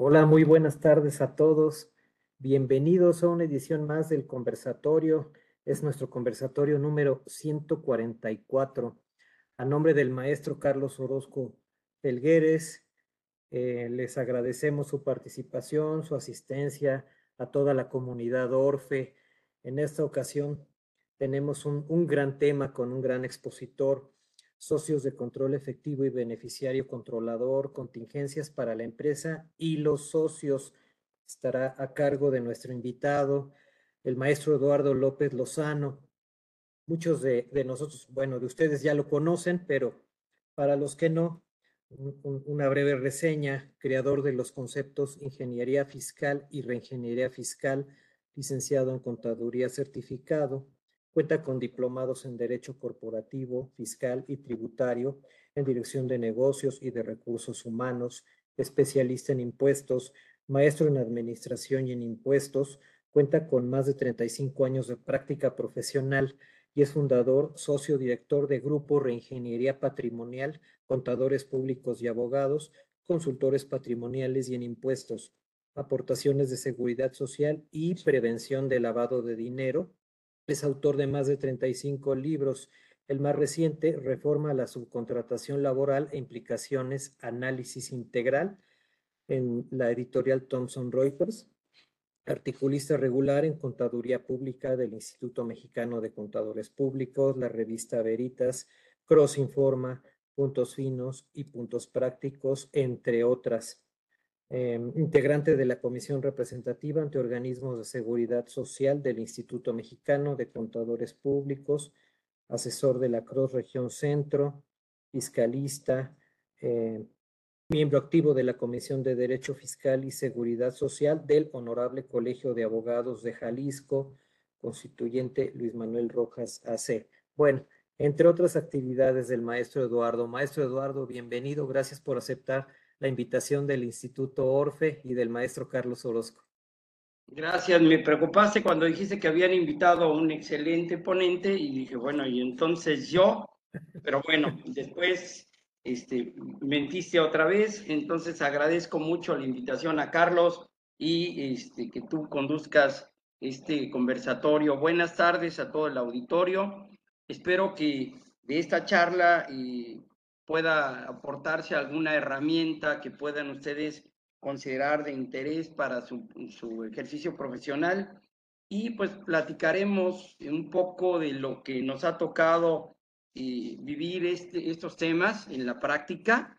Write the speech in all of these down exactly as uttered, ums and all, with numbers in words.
Hola, muy buenas tardes a todos. Bienvenidos a una edición más del conversatorio. Es nuestro conversatorio número ciento cuarenta y cuatro. A nombre del maestro Carlos Orozco Felgueres, eh, les agradecemos su participación, su asistencia a toda la comunidad Orfe. En esta ocasión tenemos un, un gran tema con un gran expositor: socios de control efectivo y beneficiario controlador, contingencias para la empresa y los socios. Estará a cargo de nuestro invitado, el maestro Eduardo López Lozano. Muchos de, de nosotros, bueno, de ustedes ya lo conocen, pero para los que no, un- un- una breve reseña: creador de los conceptos ingeniería fiscal y reingeniería fiscal, licenciado en contaduría certificado, cuenta con diplomados en derecho corporativo, fiscal y tributario, en dirección de negocios y de recursos humanos, especialista en impuestos, maestro en administración y en impuestos, cuenta con más de treinta y cinco años de práctica profesional y es fundador, socio director de Grupo Reingeniería Patrimonial, contadores públicos y abogados, consultores patrimoniales y en impuestos, aportaciones de seguridad social y prevención de lavado de dinero. Es autor de más de treinta y cinco libros. El más reciente, Reforma a la subcontratación laboral e implicaciones, análisis integral, en la editorial Thomson Reuters. Articulista regular en Contaduría Pública del Instituto Mexicano de Contadores Públicos, la revista Veritas, Cross Informa, Puntos Finos y Puntos Prácticos, entre otras. Eh, integrante de la Comisión Representativa ante Organismos de Seguridad Social del Instituto Mexicano de Contadores Públicos, asesor de la Cross Región Centro, fiscalista, eh, miembro activo de la Comisión de Derecho Fiscal y Seguridad Social del Honorable Colegio de Abogados de Jalisco, constituyente Luis Manuel Rojas A C. Bueno, entre otras actividades del maestro Eduardo. Maestro Eduardo, bienvenido. Gracias por aceptar la invitación del Instituto Orfe y del maestro Carlos Orozco. Gracias, me preocupaste cuando dijiste que habían invitado a un excelente ponente y dije, bueno, y entonces yo, pero bueno, después este, mentiste otra vez, entonces agradezco mucho la invitación a Carlos y este, que tú conduzcas este conversatorio. Buenas tardes a todo el auditorio. Espero que de esta charla eh, pueda aportarse alguna herramienta que puedan ustedes considerar de interés para su, su ejercicio profesional y pues platicaremos un poco de lo que nos ha tocado eh, vivir este, estos temas en la práctica,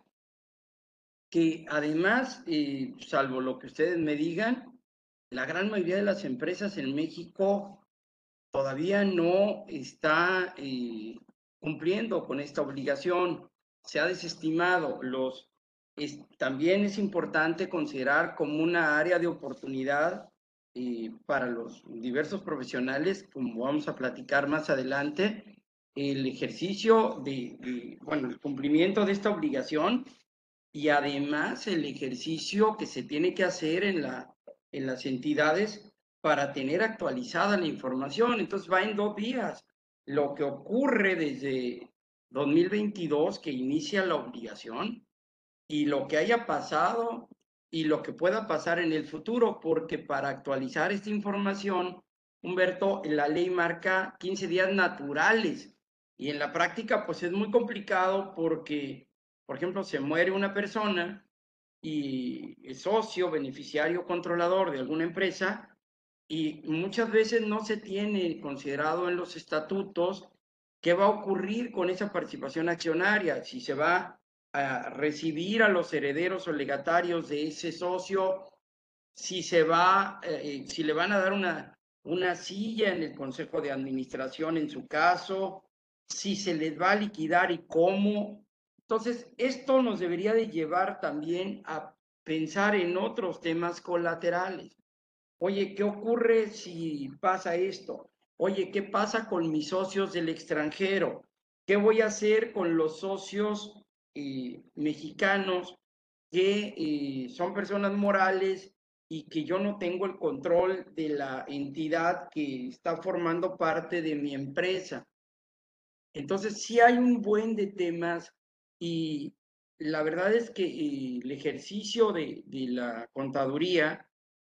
que además, eh, salvo lo que ustedes me digan, la gran mayoría de las empresas en México todavía no está eh, cumpliendo con esta obligación, se ha desestimado. Los, es, también es importante considerar como una área de oportunidad eh, para los diversos profesionales, como vamos a platicar más adelante, el ejercicio de, de, bueno, el cumplimiento de esta obligación y además el ejercicio que se tiene que hacer en, la, en las entidades para tener actualizada la información. Entonces va en dos días. Lo que ocurre desde dos mil veintidós, que inicia la obligación, y lo que haya pasado y lo que pueda pasar en el futuro, porque para actualizar esta información, Humberto, la ley marca quince días naturales y en la práctica pues es muy complicado porque, por ejemplo, se muere una persona y es socio, beneficiario, controlador de alguna empresa y muchas veces no se tiene considerado en los estatutos qué va a ocurrir con esa participación accionaria, si se va a recibir a los herederos o legatarios de ese socio, si se va, eh, si le van a dar una, una silla en el consejo de administración en su caso, si se les va a liquidar y cómo. Entonces, esto nos debería de llevar también a pensar en otros temas colaterales. Oye, ¿qué ocurre si pasa esto? Oye, ¿qué pasa con mis socios del extranjero? ¿Qué voy a hacer con los socios eh, mexicanos que eh, son personas morales y que yo no tengo el control de la entidad que está formando parte de mi empresa? Entonces, sí hay un buen de temas y la verdad es que eh, el ejercicio de, de la contaduría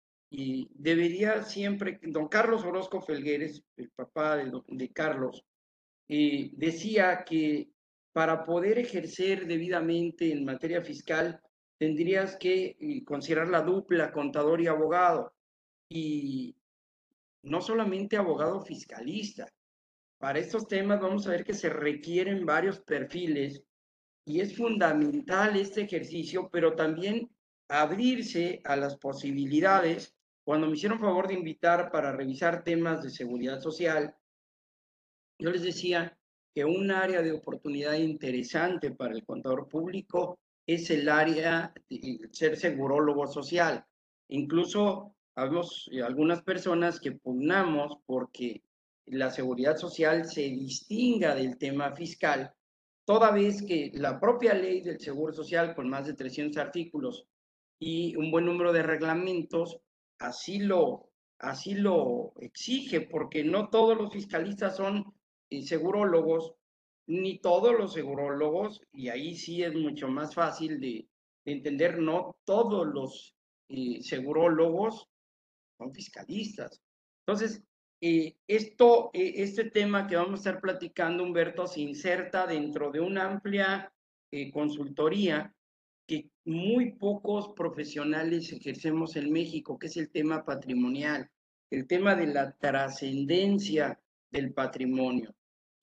y debería siempre, don Carlos Orozco Felgueres, el papá de, de Carlos, eh, decía que para poder ejercer debidamente en materia fiscal tendrías que eh, considerar la dupla contador y abogado, y no solamente abogado fiscalista. Para estos temas vamos a ver que se requieren varios perfiles y es fundamental este ejercicio, pero también abrirse a las posibilidades. Cuando me hicieron favor de invitar para revisar temas de seguridad social, yo les decía que un área de oportunidad interesante para el contador público es el área de ser segurólogo social. Incluso habemos algunas personas que pugnamos porque la seguridad social se distinga del tema fiscal, toda vez que la propia ley del Seguro Social, con más de trescientos artículos y un buen número de reglamentos, así lo, así lo exige, porque no todos los fiscalistas son eh, segurólogos, ni todos los segurólogos, y ahí sí es mucho más fácil de, de entender, no todos los eh, segurólogos son fiscalistas. Entonces, eh, esto, eh, este tema que vamos a estar platicando, Humberto, se inserta dentro de una amplia eh, consultoría que muy pocos profesionales ejercemos en México, que es el tema patrimonial, el tema de la trascendencia del patrimonio.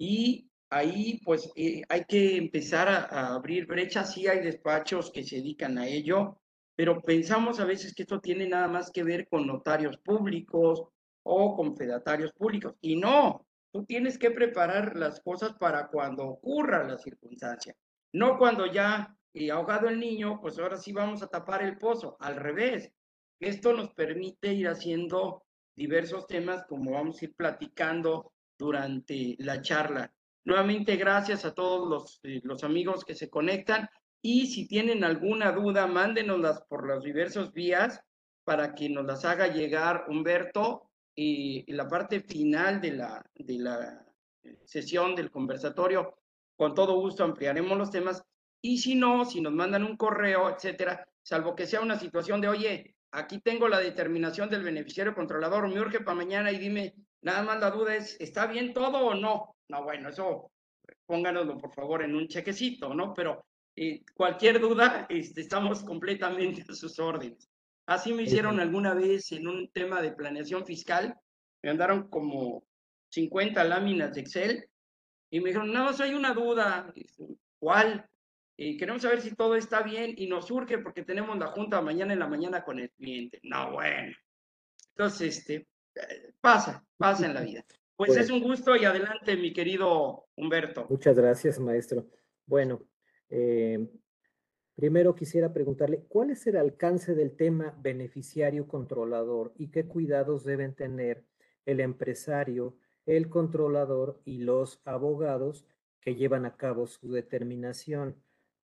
Y ahí, pues, eh, hay que empezar a, a abrir brechas. Sí hay despachos que se dedican a ello, pero pensamos a veces que esto tiene nada más que ver con notarios públicos o con fedatarios públicos. Y no, tú tienes que preparar las cosas para cuando ocurra la circunstancia, no cuando ya eh, ahogado el niño, pues ahora sí vamos a tapar el pozo. Al revés, esto nos permite ir haciendo diversos temas como vamos a ir platicando durante la charla. Nuevamente, gracias a todos los, eh, los amigos que se conectan. Y si tienen alguna duda, mándenoslas por las diversas vías para que nos las haga llegar Humberto. Y en la parte final de la, de la sesión del conversatorio, con todo gusto ampliaremos los temas. Y si no, si nos mandan un correo, etcétera, salvo que sea una situación de, oye, aquí tengo la determinación del beneficiario controlador, me urge para mañana y dime, nada más la duda es, ¿está bien todo o no? No, bueno, eso pónganoslo por favor en un chequecito, ¿no? Pero eh, cualquier duda, este, estamos completamente a sus órdenes. Así me hicieron Eh, alguna vez en un tema de planeación fiscal, me mandaron como cincuenta láminas de Excel y me dijeron, nada más hay una duda. ¿Cuál? Eh, queremos saber si todo está bien y nos surge porque tenemos la junta mañana en la mañana con el cliente. No, bueno. Entonces, este, eh, pasa, pasa en la vida. Pues es Bueno, un gusto y adelante, mi querido Humberto. muchas gracias, maestro. Bueno, eh, primero quisiera preguntarle, ¿cuál es el alcance del tema beneficiario controlador y qué cuidados deben tener el empresario, el controlador y los abogados que llevan a cabo su determinación?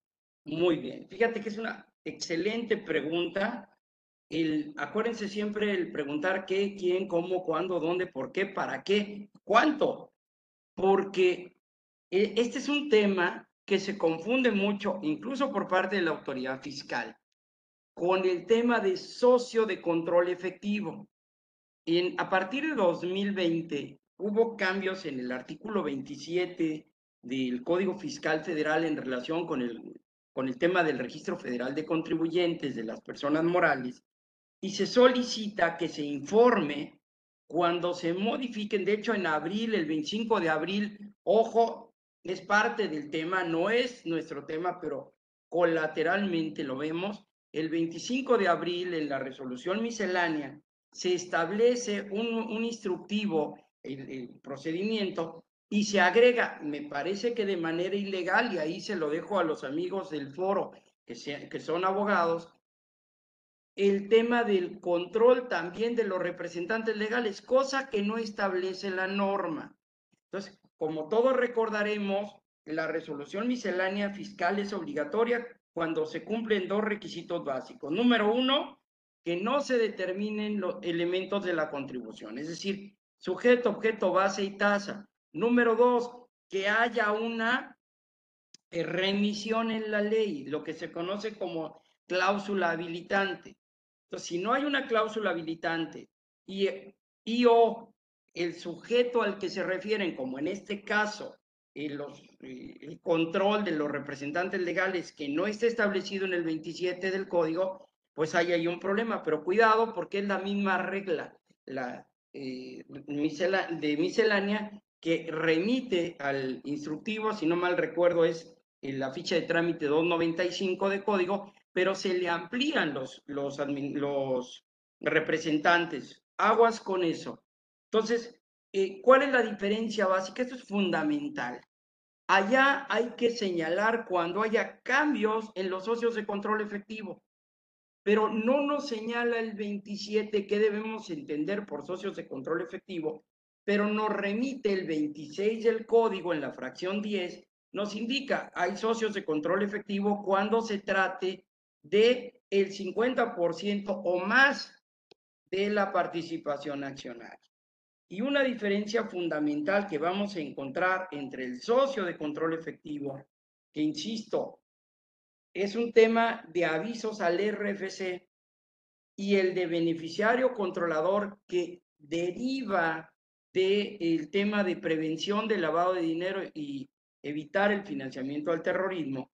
Muy bien. Fíjate que es una excelente pregunta. El, acuérdense siempre el preguntar qué, quién, cómo, cuándo, dónde, por qué, para qué, cuánto, porque eh, este es un tema que se confunde mucho, incluso por parte de la autoridad fiscal, con el tema de socio de control efectivo. En, a partir de dos mil veinte hubo cambios en el artículo veintisiete del Código Fiscal Federal en relación con el, con el tema del Registro Federal de Contribuyentes de las personas morales, y se solicita que se informe cuando se modifiquen. De hecho, en abril, el veinticinco de abril, ojo, es parte del tema, no es nuestro tema, pero colateralmente lo vemos. El veinticinco de abril, en la resolución miscelánea, se establece un, un instructivo, el, el procedimiento, y se agrega, me parece que de manera ilegal, y ahí se lo dejo a los amigos del foro que, sea, que son abogados, el tema del control también de los representantes legales, cosa que no establece la norma. Entonces, como todos recordaremos, la resolución miscelánea fiscal es obligatoria cuando se cumplen dos requisitos básicos. Número uno, que no se determinen los elementos de la contribución, es decir, sujeto, objeto, base y tasa. Número dos, que haya una eh, remisión en la ley, lo que se conoce como cláusula habilitante. Entonces, si no hay una cláusula habilitante y, y o el sujeto al que se refieren, como en este caso, eh, los, eh, el control de los representantes legales que no está establecido en el veintisiete del código, pues ahí hay un problema, pero cuidado porque es la misma regla la, eh, de miscelánea que remite al instructivo, si no mal recuerdo es en la ficha de trámite doscientos noventa y cinco de código, pero se le amplían los, los, los representantes. Aguas con eso. Entonces, eh, ¿cuál es la diferencia básica? Esto es fundamental. Allá hay que señalar cuando haya cambios en los socios de control efectivo, pero no nos señala el veintisiete qué debemos entender por socios de control efectivo, pero nos remite el veintiséis del código en la fracción diez, nos indica, hay socios de control efectivo cuando se trate de el cincuenta por ciento o más de la participación accionaria. Y una diferencia fundamental que vamos a encontrar entre el socio de control efectivo, que insisto, es un tema de avisos al R F C, y el de beneficiario controlador que deriva del tema de prevención del lavado de dinero y evitar el financiamiento al terrorismo,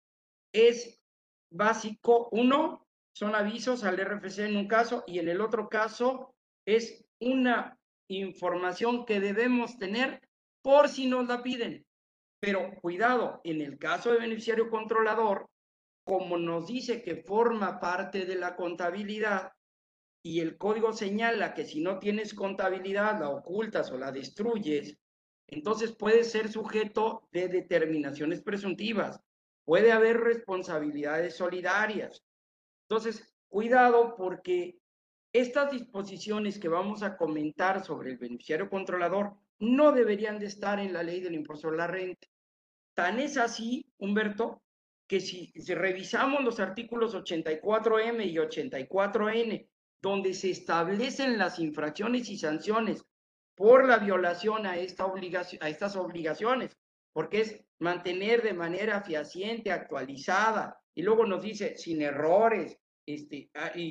es básico. Uno, son avisos al R F C en un caso y en el otro caso es una información que debemos tener por si nos la piden. Pero cuidado, en el caso de beneficiario controlador, como nos dice que forma parte de la contabilidad, y el código señala que si no tienes contabilidad, la ocultas o la destruyes, entonces puede ser sujeto de determinaciones presuntivas. Puede haber responsabilidades solidarias. Entonces, cuidado porque estas disposiciones que vamos a comentar sobre el beneficiario controlador no deberían de estar en la ley del impuesto a la renta. Tan es así, Humberto, que si, si revisamos los artículos ochenta y cuatro eme y ochenta y cuatro ene, donde se establecen las infracciones y sanciones por la violación a, esta obligación, a estas obligaciones, porque es mantener de manera fehaciente, actualizada, y luego nos dice sin errores, este,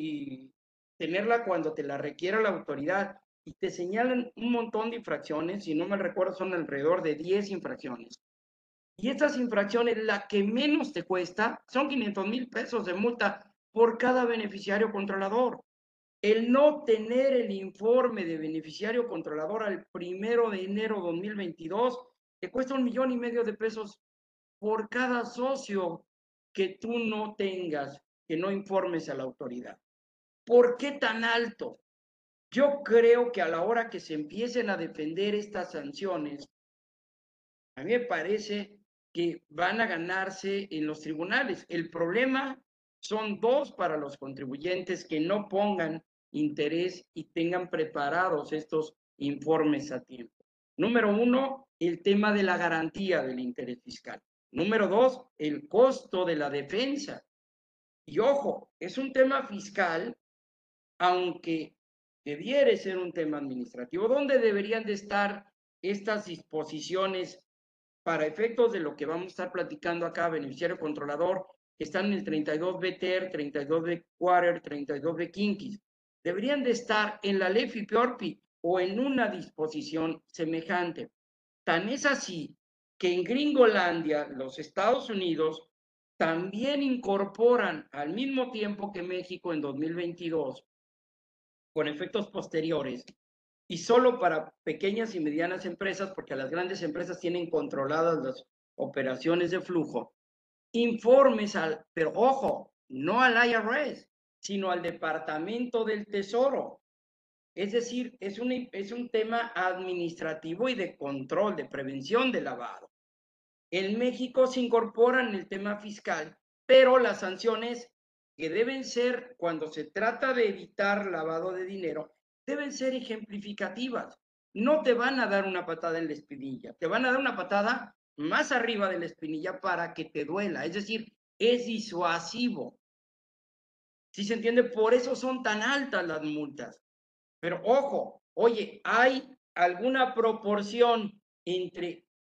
y tenerla cuando te la requiera la autoridad, y te señalan un montón de infracciones, si no me recuerdo son alrededor de diez infracciones. Y estas infracciones, la que menos te cuesta, son quinientos mil pesos de multa por cada beneficiario controlador. El no tener el informe de beneficiario controlador al primero de enero de dos mil veintidós te cuesta un millón y medio de pesos por cada socio que tú no tengas, que no informes a la autoridad. ¿Por qué tan alto? Yo creo que a la hora que se empiecen a defender estas sanciones, a mí me parece que van a ganarse en los tribunales. El problema son dos para los contribuyentes que no pongan interés y tengan preparados estos informes a tiempo. Número uno, el tema de la garantía del interés fiscal. Número dos, el costo de la defensa. Y ojo, es un tema fiscal, aunque debiera ser un tema administrativo. ¿Dónde deberían de estar estas disposiciones para efectos de lo que vamos a estar platicando acá, beneficiario controlador, que están en el treinta y dos B T E R, treinta y dos B Quarter, treinta y dos B Quinquis? Deberían de estar en la ley FIPORPI o en una disposición semejante. Tan es así que en Gringolandia, los Estados Unidos, también incorporan al mismo tiempo que México en dos mil veintidós, con efectos posteriores, y solo para pequeñas y medianas empresas, porque las grandes empresas tienen controladas las operaciones de flujo, informes al, pero ojo, no al I R S, sino al Departamento del Tesoro. Es decir, es un, es un tema administrativo y de control, de prevención de lavado. En México se incorporan el tema fiscal, pero las sanciones que deben ser, cuando se trata de evitar lavado de dinero, deben ser ejemplificativas. No te van a dar una patada en la espinilla, te van a dar una patada más arriba de la espinilla para que te duela. Es decir, es disuasivo. ¿Sí se entiende? Por eso son tan altas las multas. Pero ojo, oye, hay alguna proporción entre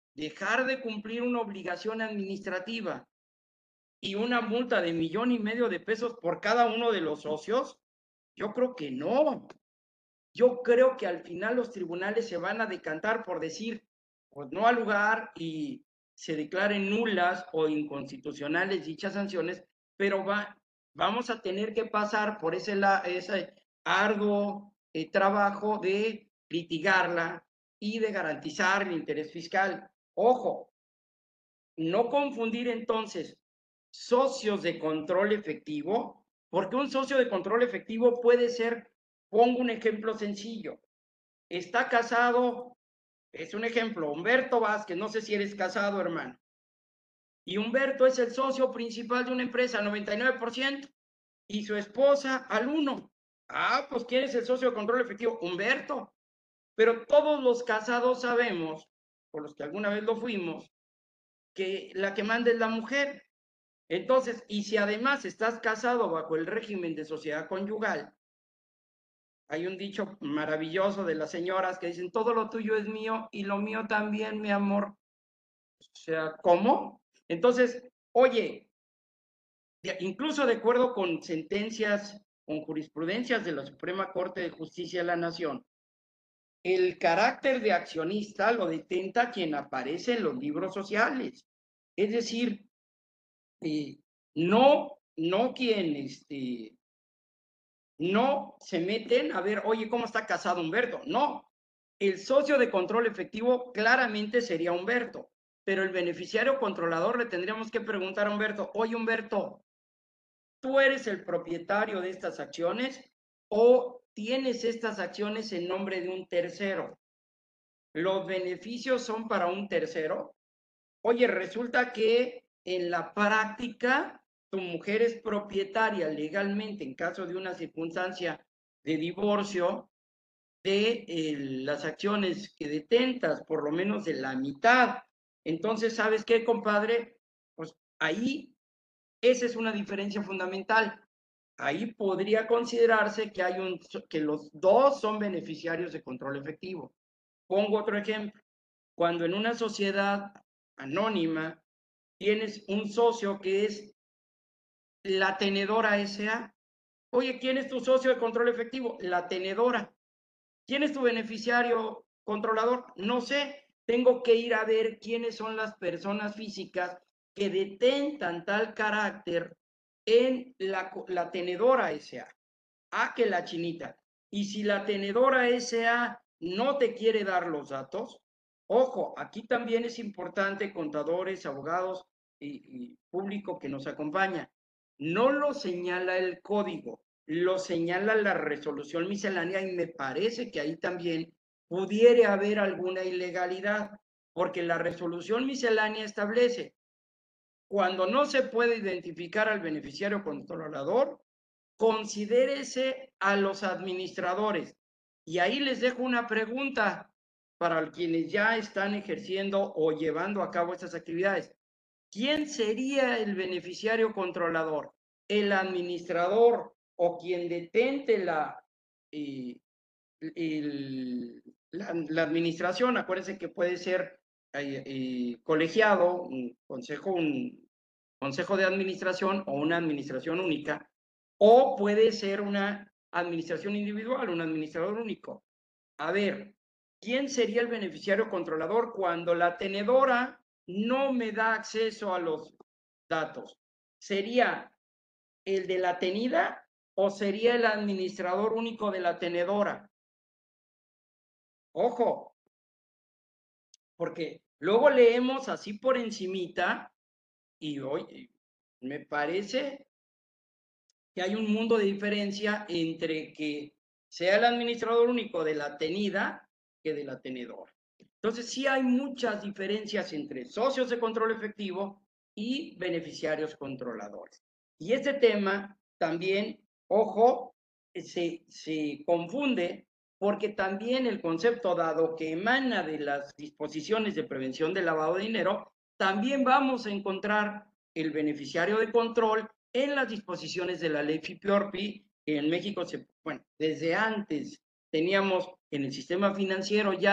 dejar de cumplir una obligación administrativa y una multa de millón y medio de pesos por cada uno de los socios? Yo creo que no. Yo creo que al final los tribunales se van a decantar por decir, pues no al lugar y se declaren nulas o inconstitucionales dichas sanciones, pero va, vamos a tener que pasar por ese, ese arduo eh, trabajo de litigarla y de garantizar el interés fiscal. Ojo, no confundir entonces socios de control efectivo, porque un socio de control efectivo puede ser, pongo un ejemplo sencillo, está casado, es un ejemplo, Humberto Vázquez, no sé si eres casado, hermano, y Humberto es el socio principal de una empresa al noventa y nueve por ciento y su esposa al uno por ciento. Ah, pues ¿quién es el socio de control efectivo? Humberto. Pero todos los casados sabemos, por los que alguna vez lo fuimos, que la que manda es la mujer. Entonces, y si además estás casado bajo el régimen de sociedad conyugal, hay un dicho maravilloso de las señoras que dicen, todo lo tuyo es mío y lo mío también, mi amor. O sea, ¿cómo? Entonces, oye, incluso de acuerdo con sentencias, con jurisprudencias de la Suprema Corte de Justicia de la Nación, el carácter de accionista lo detenta quien aparece en los libros sociales. Es decir, eh, no, no quien, este, no se meten a ver, oye, ¿cómo está casado Humberto? No, el socio de control efectivo claramente sería Humberto, pero el beneficiario controlador le tendríamos que preguntar a Humberto, oye Humberto, ¿tú eres el propietario de estas acciones o tienes estas acciones en nombre de un tercero? ¿Los beneficios son para un tercero? Oye, resulta que en la práctica tu mujer es propietaria legalmente en caso de una circunstancia de divorcio de eh, las acciones que detentas, por lo menos de la mitad. Entonces, ¿sabes qué, compadre? Pues ahí esa es una diferencia fundamental. Ahí podría considerarse que, hay un, que los dos son beneficiarios de control efectivo. Pongo otro ejemplo. Cuando en una sociedad anónima tienes un socio que es la tenedora S A. Oye, ¿quién es tu socio de control efectivo? La tenedora. ¿Quién es tu beneficiario controlador? No sé. Tengo que ir a ver quiénes son las personas físicas que detentan tal carácter en la, la tenedora S A. Ah, que la chinita. Y si la tenedora S A no te quiere dar los datos, ojo, aquí también es importante, contadores, abogados y, y público que nos acompaña, no lo señala el código, lo señala la resolución miscelánea y me parece que ahí también pudiera haber alguna ilegalidad, porque la resolución miscelánea establece, cuando no se puede identificar al beneficiario controlador, considérese a los administradores. Y ahí les dejo una pregunta para quienes ya están ejerciendo o llevando a cabo estas actividades. ¿Quién sería el beneficiario controlador? ¿El administrador o quien detente la, eh, el, la, la, administración? Acuérdense que puede ser eh, eh, colegiado, un consejo, un consejo de administración o una administración única, o puede ser una administración individual, un administrador único. A ver, ¿quién sería el beneficiario controlador cuando la tenedora no me da acceso a los datos? ¿Sería el de la tenida o sería el administrador único de la tenedora? Ojo, porque luego leemos así por encimita y hoy me parece que hay un mundo de diferencia entre que sea el administrador único de la tenida que de la tenedora. Entonces, sí hay muchas diferencias entre socios de control efectivo y beneficiarios controladores. Y este tema también, ojo, se, se confunde porque también el concepto dado que emana de las disposiciones de prevención del lavado de dinero, también vamos a encontrar el beneficiario de control en las disposiciones de la ley FIPIORPI, que en México, se, bueno, desde antes teníamos en el sistema financiero ya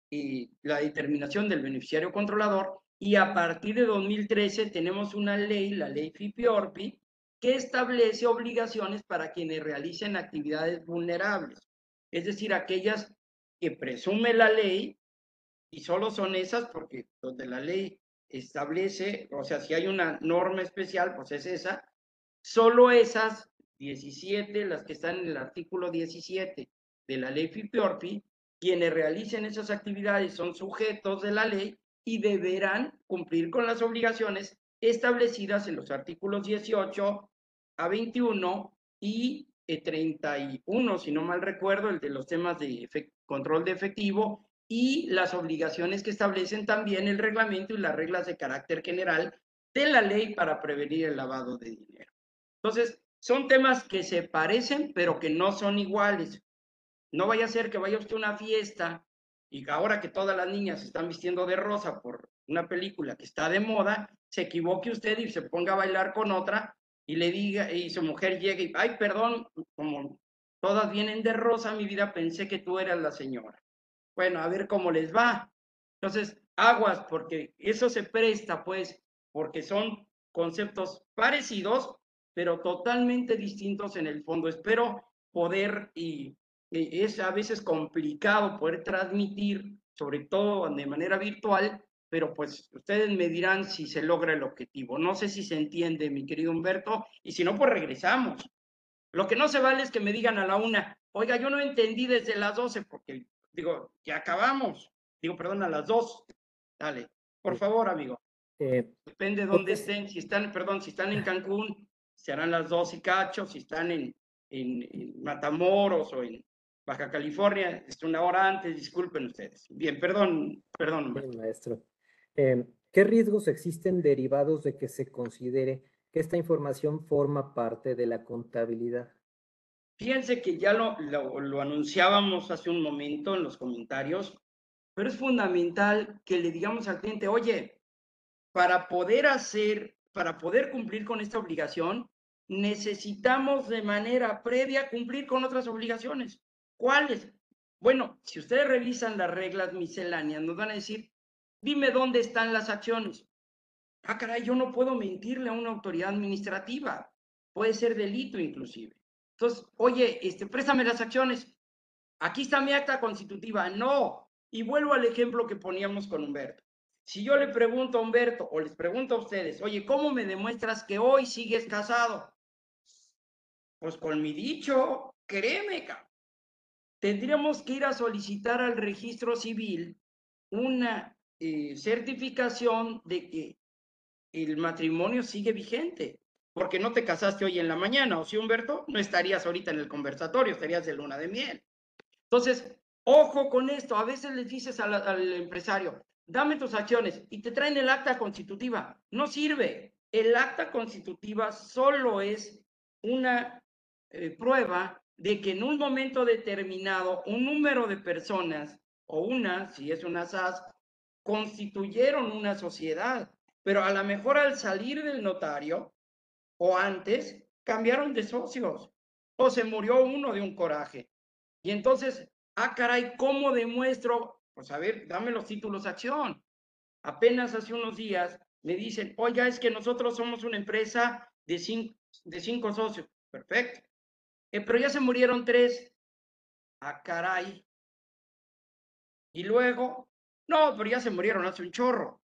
eh, la determinación del beneficiario controlador, y a partir de dos mil trece tenemos una ley, la ley FIPIORPI, que establece obligaciones para quienes realicen actividades vulnerables, es decir, aquellas que presume la ley, y solo son esas porque donde la ley establece, o sea, si hay una norma especial, pues es esa, solo esas diecisiete, las que están en el artículo diecisiete de la ley FIPIORPI, quienes realicen esas actividades son sujetos de la ley y deberán cumplir con las obligaciones establecidas en los artículos dieciocho a veintiuno y eh, treinta y uno, si no mal recuerdo, el de los temas de control de efectivo, y las obligaciones que establecen también el reglamento y las reglas de carácter general de la ley para prevenir el lavado de dinero. Entonces, son temas que se parecen, pero que no son iguales. No vaya a ser que vaya usted a una fiesta y ahora que todas las niñas se están vistiendo de rosa por una película que está de moda, se equivoque usted y se ponga a bailar con otra y le diga, y su mujer llegue y, ay, perdón, como todas vienen de rosa, mi vida, pensé que tú eras la señora. Bueno, a ver cómo les va. Entonces, aguas, porque eso se presta, pues, porque son conceptos parecidos, pero totalmente distintos en el fondo. Espero poder, y, y es a veces complicado poder transmitir, sobre todo de manera virtual, pero pues ustedes me dirán si se logra el objetivo. No sé si se entiende, mi querido Humberto, y si no, pues regresamos. Lo que no se vale es que me digan a la una, oiga, yo no entendí desde las doce, porque digo, ya acabamos. Digo, perdón, a las dos. Dale, por Sí. favor, amigo. Eh, Depende de dónde ¿dónde, estén. Si están, perdón, si están en Cancún, serán las dos y cacho. Si están en, en, en Matamoros o en Baja California, es una hora antes, disculpen ustedes. Bien, perdón, perdón, Sí, Humberto. maestro. Em, ¿qué riesgos existen derivados de que se considere que esta información forma parte de la contabilidad? Fíjense que ya lo, lo, lo anunciábamos hace un momento en los comentarios, pero es fundamental que le digamos al cliente, oye, para poder hacer, para poder cumplir con esta obligación, necesitamos de manera previa cumplir con otras obligaciones. ¿Cuáles? Bueno, si ustedes revisan las reglas misceláneas, nos van a decir, dime dónde están las acciones. Ah, caray, yo no puedo mentirle a una autoridad administrativa. Puede ser delito inclusive. Entonces, oye, este, préstame las acciones. Aquí está mi acta constitutiva. No. Y vuelvo al ejemplo que poníamos con Humberto. Si yo le pregunto a Humberto o les pregunto a ustedes, oye, ¿cómo me demuestras que hoy sigues casado? Pues con mi dicho, créeme, cabrón. Tendríamos que ir a solicitar al registro civil una eh, certificación de que el matrimonio sigue vigente, porque no te casaste hoy en la mañana, ¿o sí, Humberto? No estarías ahorita en el conversatorio, estarías de luna de miel. Entonces, ojo con esto, a veces les dices al, al empresario, dame tus acciones y te traen el acta constitutiva. No sirve. El acta constitutiva solo es una eh, prueba de que en un momento determinado un número de personas o una, si es una S A S, constituyeron una sociedad, pero a lo mejor al salir del notario o antes cambiaron de socios o se murió uno de un coraje. Y entonces, ah, caray, ¿cómo demuestro? Pues a ver, dame los títulos de acción. Apenas hace unos días me dicen, oiga, es que nosotros somos una empresa de cinco, de cinco socios. Perfecto. Eh, pero ya se murieron tres. Ah, caray. Y luego, no, pero ya se murieron hace un chorro.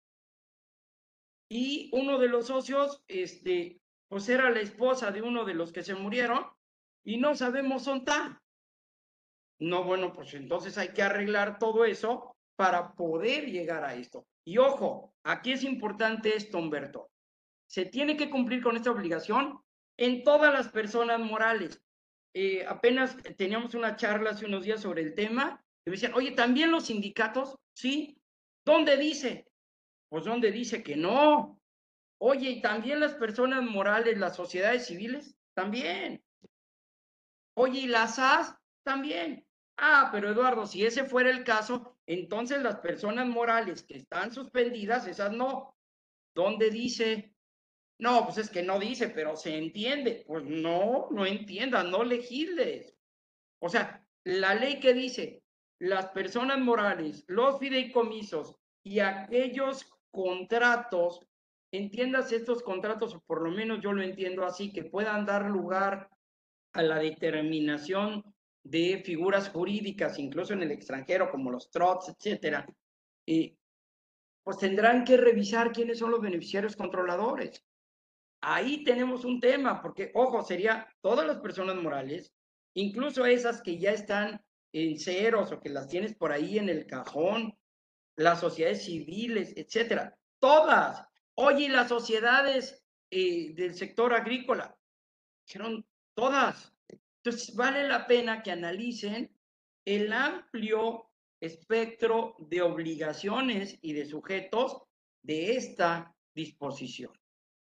Y uno de los socios, este, pues era la esposa de uno de los que se murieron y no sabemos dónde está. No, bueno, pues entonces hay que arreglar todo eso para poder llegar a esto. Y ojo, aquí es importante esto, Humberto. Se tiene que cumplir con esta obligación en todas las personas morales. Eh, apenas teníamos una charla hace unos días sobre el tema y me decían, oye, ¿también los sindicatos? Sí. ¿Dónde dice? Pues ¿dónde dice que no? Oye, ¿y también las personas morales, las sociedades civiles? También. Oye, ¿y las A S? También. Ah, pero Eduardo, si ese fuera el caso, entonces las personas morales que están suspendidas, esas no. ¿Dónde dice? No, pues es que no dice, pero se entiende. Pues no, no entiendas, no legisles. O sea, la ley que dice, las personas morales, los fideicomisos y aquellos contratos, entiendas estos contratos, o por lo menos yo lo entiendo así, que puedan dar lugar a la determinación de figuras jurídicas, incluso en el extranjero, como los trusts, etcétera, eh, pues tendrán que revisar quiénes son los beneficiarios controladores. Ahí tenemos un tema, porque, ojo, sería todas las personas morales, incluso esas que ya están en ceros o que las tienes por ahí en el cajón, las sociedades civiles, etcétera. Todas. Oye, y las sociedades eh, del sector agrícola, dijeron todas. Entonces, vale la pena que analicen el amplio espectro de obligaciones y de sujetos de esta disposición.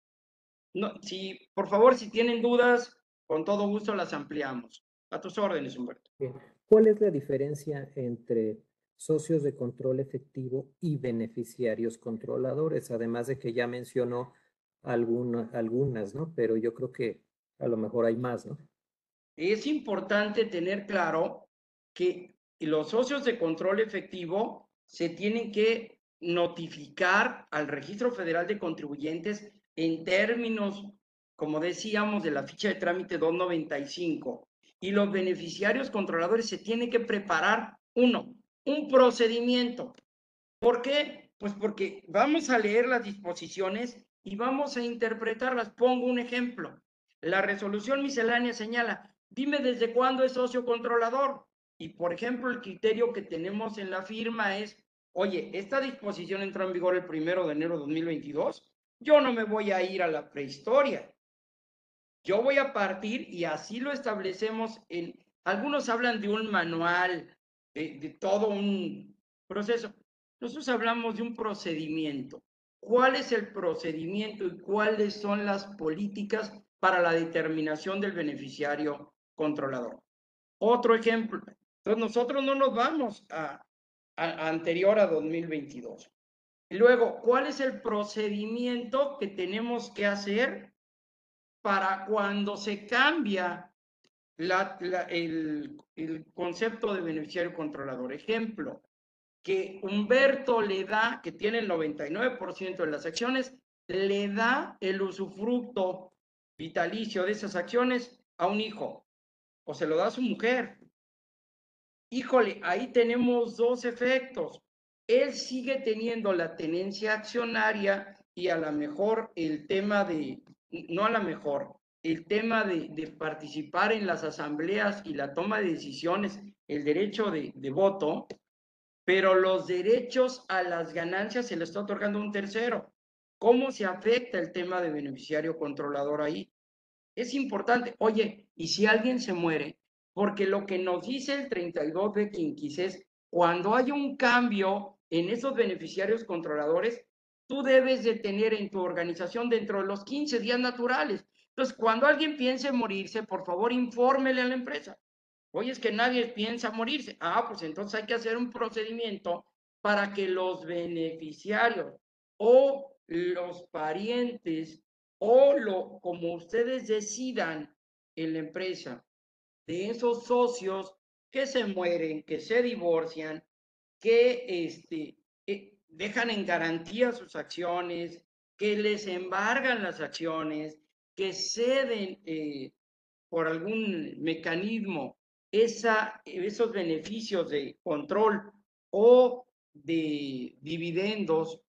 No, si, por favor, si tienen dudas, con todo gusto las ampliamos. A tus órdenes, Humberto. Bien. ¿Cuál es la diferencia entre socios de control efectivo y beneficiarios controladores? Además de que ya mencionó alguna, algunas, ¿no? Pero yo creo que a lo mejor hay más, ¿no? Es importante tener claro que los socios de control efectivo se tienen que notificar al Registro Federal de Contribuyentes en términos, como decíamos, de la ficha de trámite doscientos noventa y cinco. Y los beneficiarios controladores se tienen que preparar, uno, un procedimiento. ¿Por qué? Pues porque vamos a leer las disposiciones y vamos a interpretarlas. Pongo un ejemplo. La resolución miscelánea señala, dime desde cuándo es socio controlador. Y por ejemplo, el criterio que tenemos en la firma es, oye, esta disposición entró en vigor el primero de enero de dos mil veintidós. Yo no me voy a ir a la prehistoria. Yo voy a partir y así lo establecemos en, algunos hablan de un manual, de, de todo un proceso. Nosotros hablamos de un procedimiento. ¿Cuál es el procedimiento y cuáles son las políticas para la determinación del beneficiario controlador? Otro ejemplo. Entonces nosotros no nos vamos a, a, a anterior a dos mil veintidós. Y luego, ¿cuál es el procedimiento que tenemos que hacer para cuando se cambia la, la, el, el concepto de beneficiario controlador? Ejemplo, que Humberto le da, que tiene el noventa y nueve por ciento de las acciones, le da el usufructo vitalicio de esas acciones a un hijo, o se lo da a su mujer. Híjole, ahí tenemos dos efectos. Él sigue teniendo la tenencia accionaria y a lo mejor el tema de, no a lo mejor, el tema de, de participar en las asambleas y la toma de decisiones, el derecho de, de voto, pero los derechos a las ganancias se le está otorgando a un tercero. ¿Cómo se afecta el tema de beneficiario controlador ahí? Es importante. Oye, ¿y si alguien se muere? Porque lo que nos dice el treinta y dos de Quinquis es, cuando hay un cambio en esos beneficiarios controladores, tú debes de tener en tu organización dentro de los quince días naturales. Entonces, cuando alguien piense morirse, por favor, infórmele a la empresa. Oye, es que nadie piensa morirse. Ah, pues entonces hay que hacer un procedimiento para que los beneficiarios o los parientes o lo, como ustedes decidan en la empresa, de esos socios que se mueren, que se divorcian, que este, eh, dejan en garantía sus acciones, que les embargan las acciones, que ceden eh, por algún mecanismo esa, esos beneficios de control o de dividendos,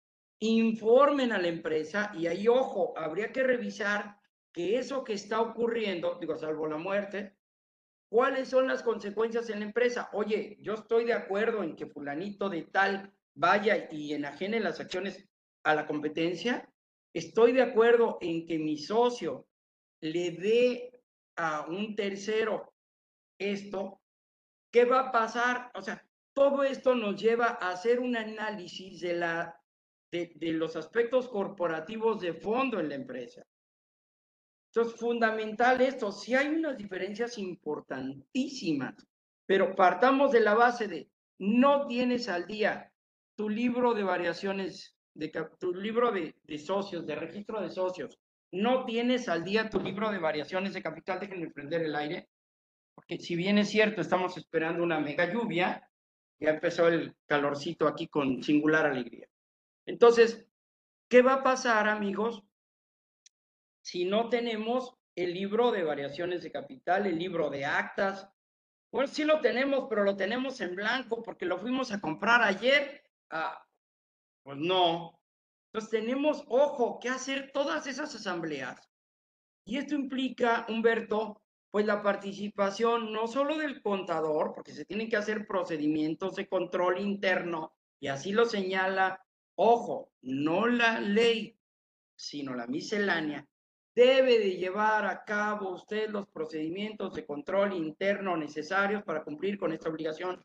informen a la empresa y ahí, ojo, habría que revisar que eso que está ocurriendo, digo, salvo la muerte, ¿cuáles son las consecuencias en la empresa? Oye, yo estoy de acuerdo en que fulanito de tal vaya y enajene las acciones a la competencia. Estoy de acuerdo en que mi socio le dé a un tercero esto. ¿Qué va a pasar? O sea, todo esto nos lleva a hacer un análisis de, la, de, de los aspectos corporativos de fondo en la empresa. Entonces, fundamental esto, sí hay unas diferencias importantísimas, pero partamos de la base de no tienes al día tu libro de variaciones, de, tu libro de, de socios, de registro de socios, no tienes al día tu libro de variaciones de capital, déjenme prender el aire, porque si bien es cierto, estamos esperando una mega lluvia, Ya empezó el calorcito aquí con singular alegría. Entonces, ¿qué va a pasar, amigos, si no tenemos el libro de variaciones de capital, el libro de actas? Bueno, sí lo tenemos, pero lo tenemos en blanco porque lo fuimos a comprar ayer. Ah, pues no. Entonces tenemos, ojo, que hacer todas esas asambleas. Y esto implica, Humberto, pues la participación no solo del contador, porque se tienen que hacer procedimientos de control interno, y así lo señala, ojo, no la ley, sino la miscelánea, debe de llevar a cabo usted los procedimientos de control interno necesarios para cumplir con esta obligación.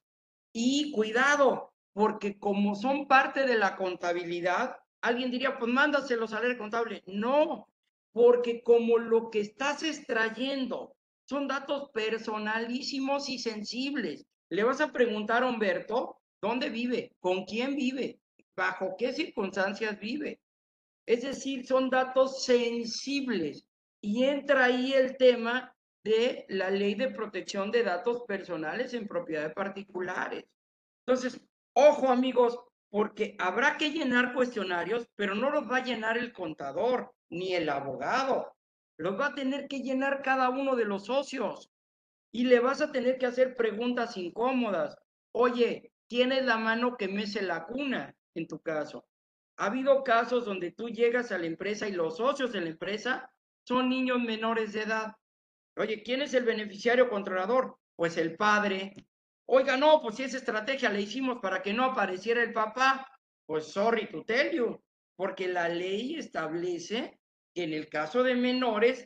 Y cuidado, porque como son parte de la contabilidad, alguien diría, pues mándaselos al área contable. No, porque como lo que estás extrayendo son datos personalísimos y sensibles, le vas a preguntar a Humberto dónde vive, con quién vive, bajo qué circunstancias vive. Es decir, son datos sensibles y entra ahí el tema de la ley de protección de datos personales en propiedad particulares. Entonces, ojo amigos, porque habrá que llenar cuestionarios, pero no los va a llenar el contador ni el abogado. Los va a tener que llenar cada uno de los socios y le vas a tener que hacer preguntas incómodas. Oye, ¿tienes la mano que mece la cuna en tu caso? Ha habido casos donde tú llegas a la empresa y los socios de la empresa son niños menores de edad. Oye, ¿quién es el beneficiario controlador? Pues el padre. Oiga, no, pues si esa estrategia la hicimos para que no apareciera el papá, pues sorry to tell you, porque la ley establece que en el caso de menores,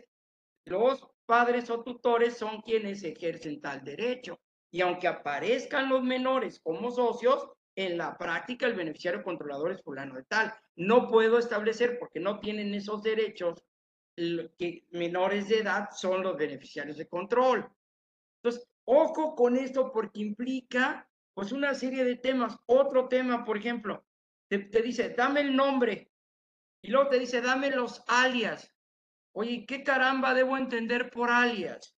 los padres o tutores son quienes ejercen tal derecho. Y aunque aparezcan los menores como socios, en la práctica el beneficiario controlador es fulano de tal. No puedo establecer, porque no tienen esos derechos, que menores de edad son los beneficiarios de control. Entonces, ojo con esto porque implica pues una serie de temas. Otro tema, por ejemplo, te, te dice, dame el nombre, y luego te dice, dame los alias. Oye, ¿qué caramba debo entender por alias?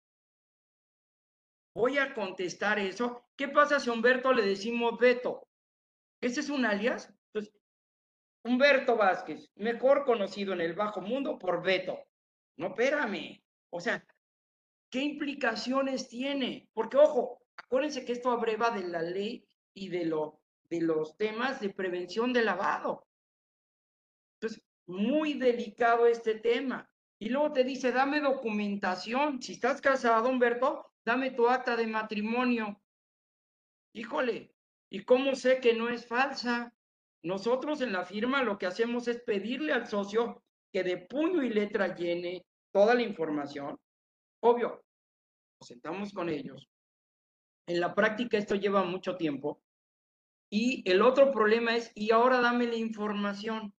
Voy a contestar eso. ¿Qué pasa si a Humberto le decimos Beto? ¿Ese es un alias? Entonces, Humberto Vázquez, mejor conocido en el bajo mundo por Beto. No, espérame. O sea, ¿qué implicaciones tiene? Porque, ojo, acuérdense que esto abreva de la ley y de, lo, de los temas de prevención de lavado. Entonces, muy delicado este tema. Y luego te dice, dame documentación. Si estás casado, Humberto, dame tu acta de matrimonio. Híjole, ¿y cómo sé que no es falsa? Nosotros en la firma lo que hacemos es pedirle al socio que de puño y letra llene toda la información. Obvio, nos sentamos con ellos. En la práctica esto lleva mucho tiempo. Y el otro problema es, y ahora dame la información.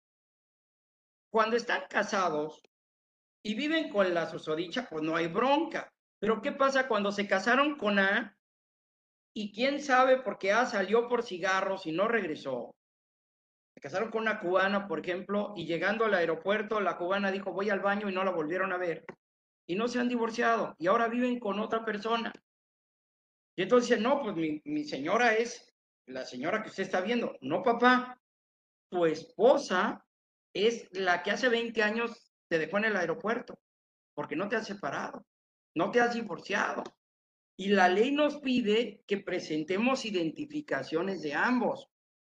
Cuando están casados y viven con la susodicha, pues no hay bronca. Pero ¿qué pasa cuando se casaron con A y quién sabe por qué A salió por cigarros y no regresó? Se casaron con una cubana, por ejemplo, y llegando al aeropuerto, la cubana dijo, voy al baño y no la volvieron a ver. Y no se han divorciado y ahora viven con otra persona. Y entonces dice, no, pues mi, mi señora es la señora que usted está viendo. No, papá, tu esposa es la que hace veinte años te dejó en el aeropuerto, porque no te has separado, no te has divorciado. Y la ley nos pide que presentemos identificaciones de ambos.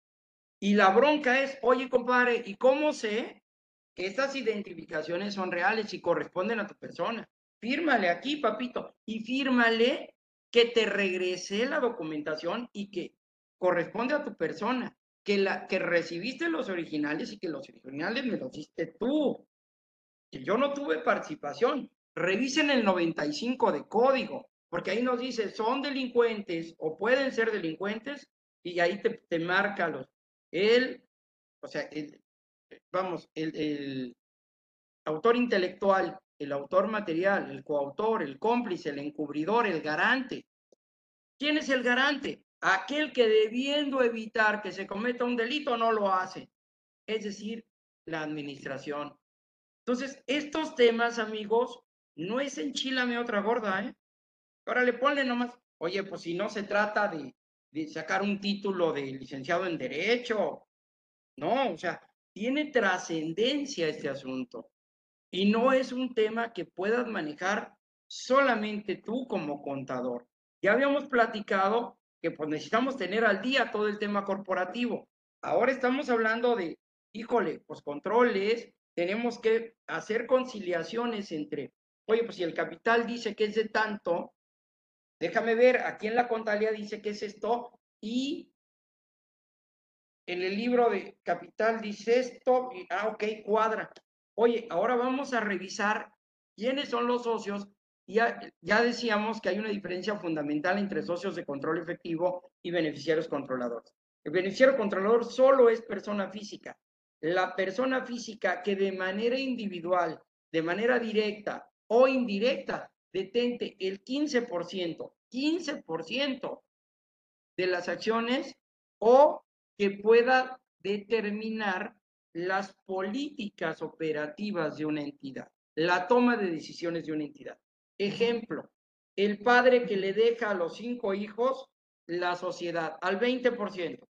Y la bronca es, oye, compadre, ¿y cómo sé que estas identificaciones son reales y corresponden a tu persona? Fírmale aquí, papito, y fírmale que te regresé la documentación y que corresponde a tu persona, que, la, que recibiste los originales y que los originales me los diste tú, que yo no tuve participación. Revisen el noventa y cinco de código, porque ahí nos dice, son delincuentes o pueden ser delincuentes, y ahí te, te marca los, el, o sea, el, vamos, el, el autor intelectual, el autor material, el coautor, el cómplice, el encubridor, el garante. ¿Quién es el garante? Aquel que debiendo evitar que se cometa un delito no lo hace, es decir, la administración. Entonces, estos temas, amigos, no es enchilame otra gorda, ¿eh? Ahora le ponle nomás, oye, pues si no se trata de, de sacar un título de licenciado en Derecho. No, o sea, tiene trascendencia este asunto. Y no es un tema que puedas manejar solamente tú como contador. Ya habíamos platicado que pues necesitamos tener al día todo el tema corporativo. Ahora estamos hablando de, híjole, pues controles, tenemos que hacer conciliaciones entre, oye, pues si el capital dice que es de tanto, déjame ver, aquí en la contabilidad dice que es esto, y en el libro de capital dice esto, y, ah, ok, cuadra. Oye, ahora vamos a revisar quiénes son los socios. Ya, ya decíamos que hay una diferencia fundamental entre socios de control efectivo y beneficiarios controladores. El beneficiario controlador solo es persona física. La persona física que de manera individual, de manera directa o indirecta, detente el quince por ciento, quince por ciento de las acciones o que pueda determinar las políticas operativas de una entidad, la toma de decisiones de una entidad. Ejemplo, el padre que le deja a los cinco hijos la sociedad al veinte por ciento.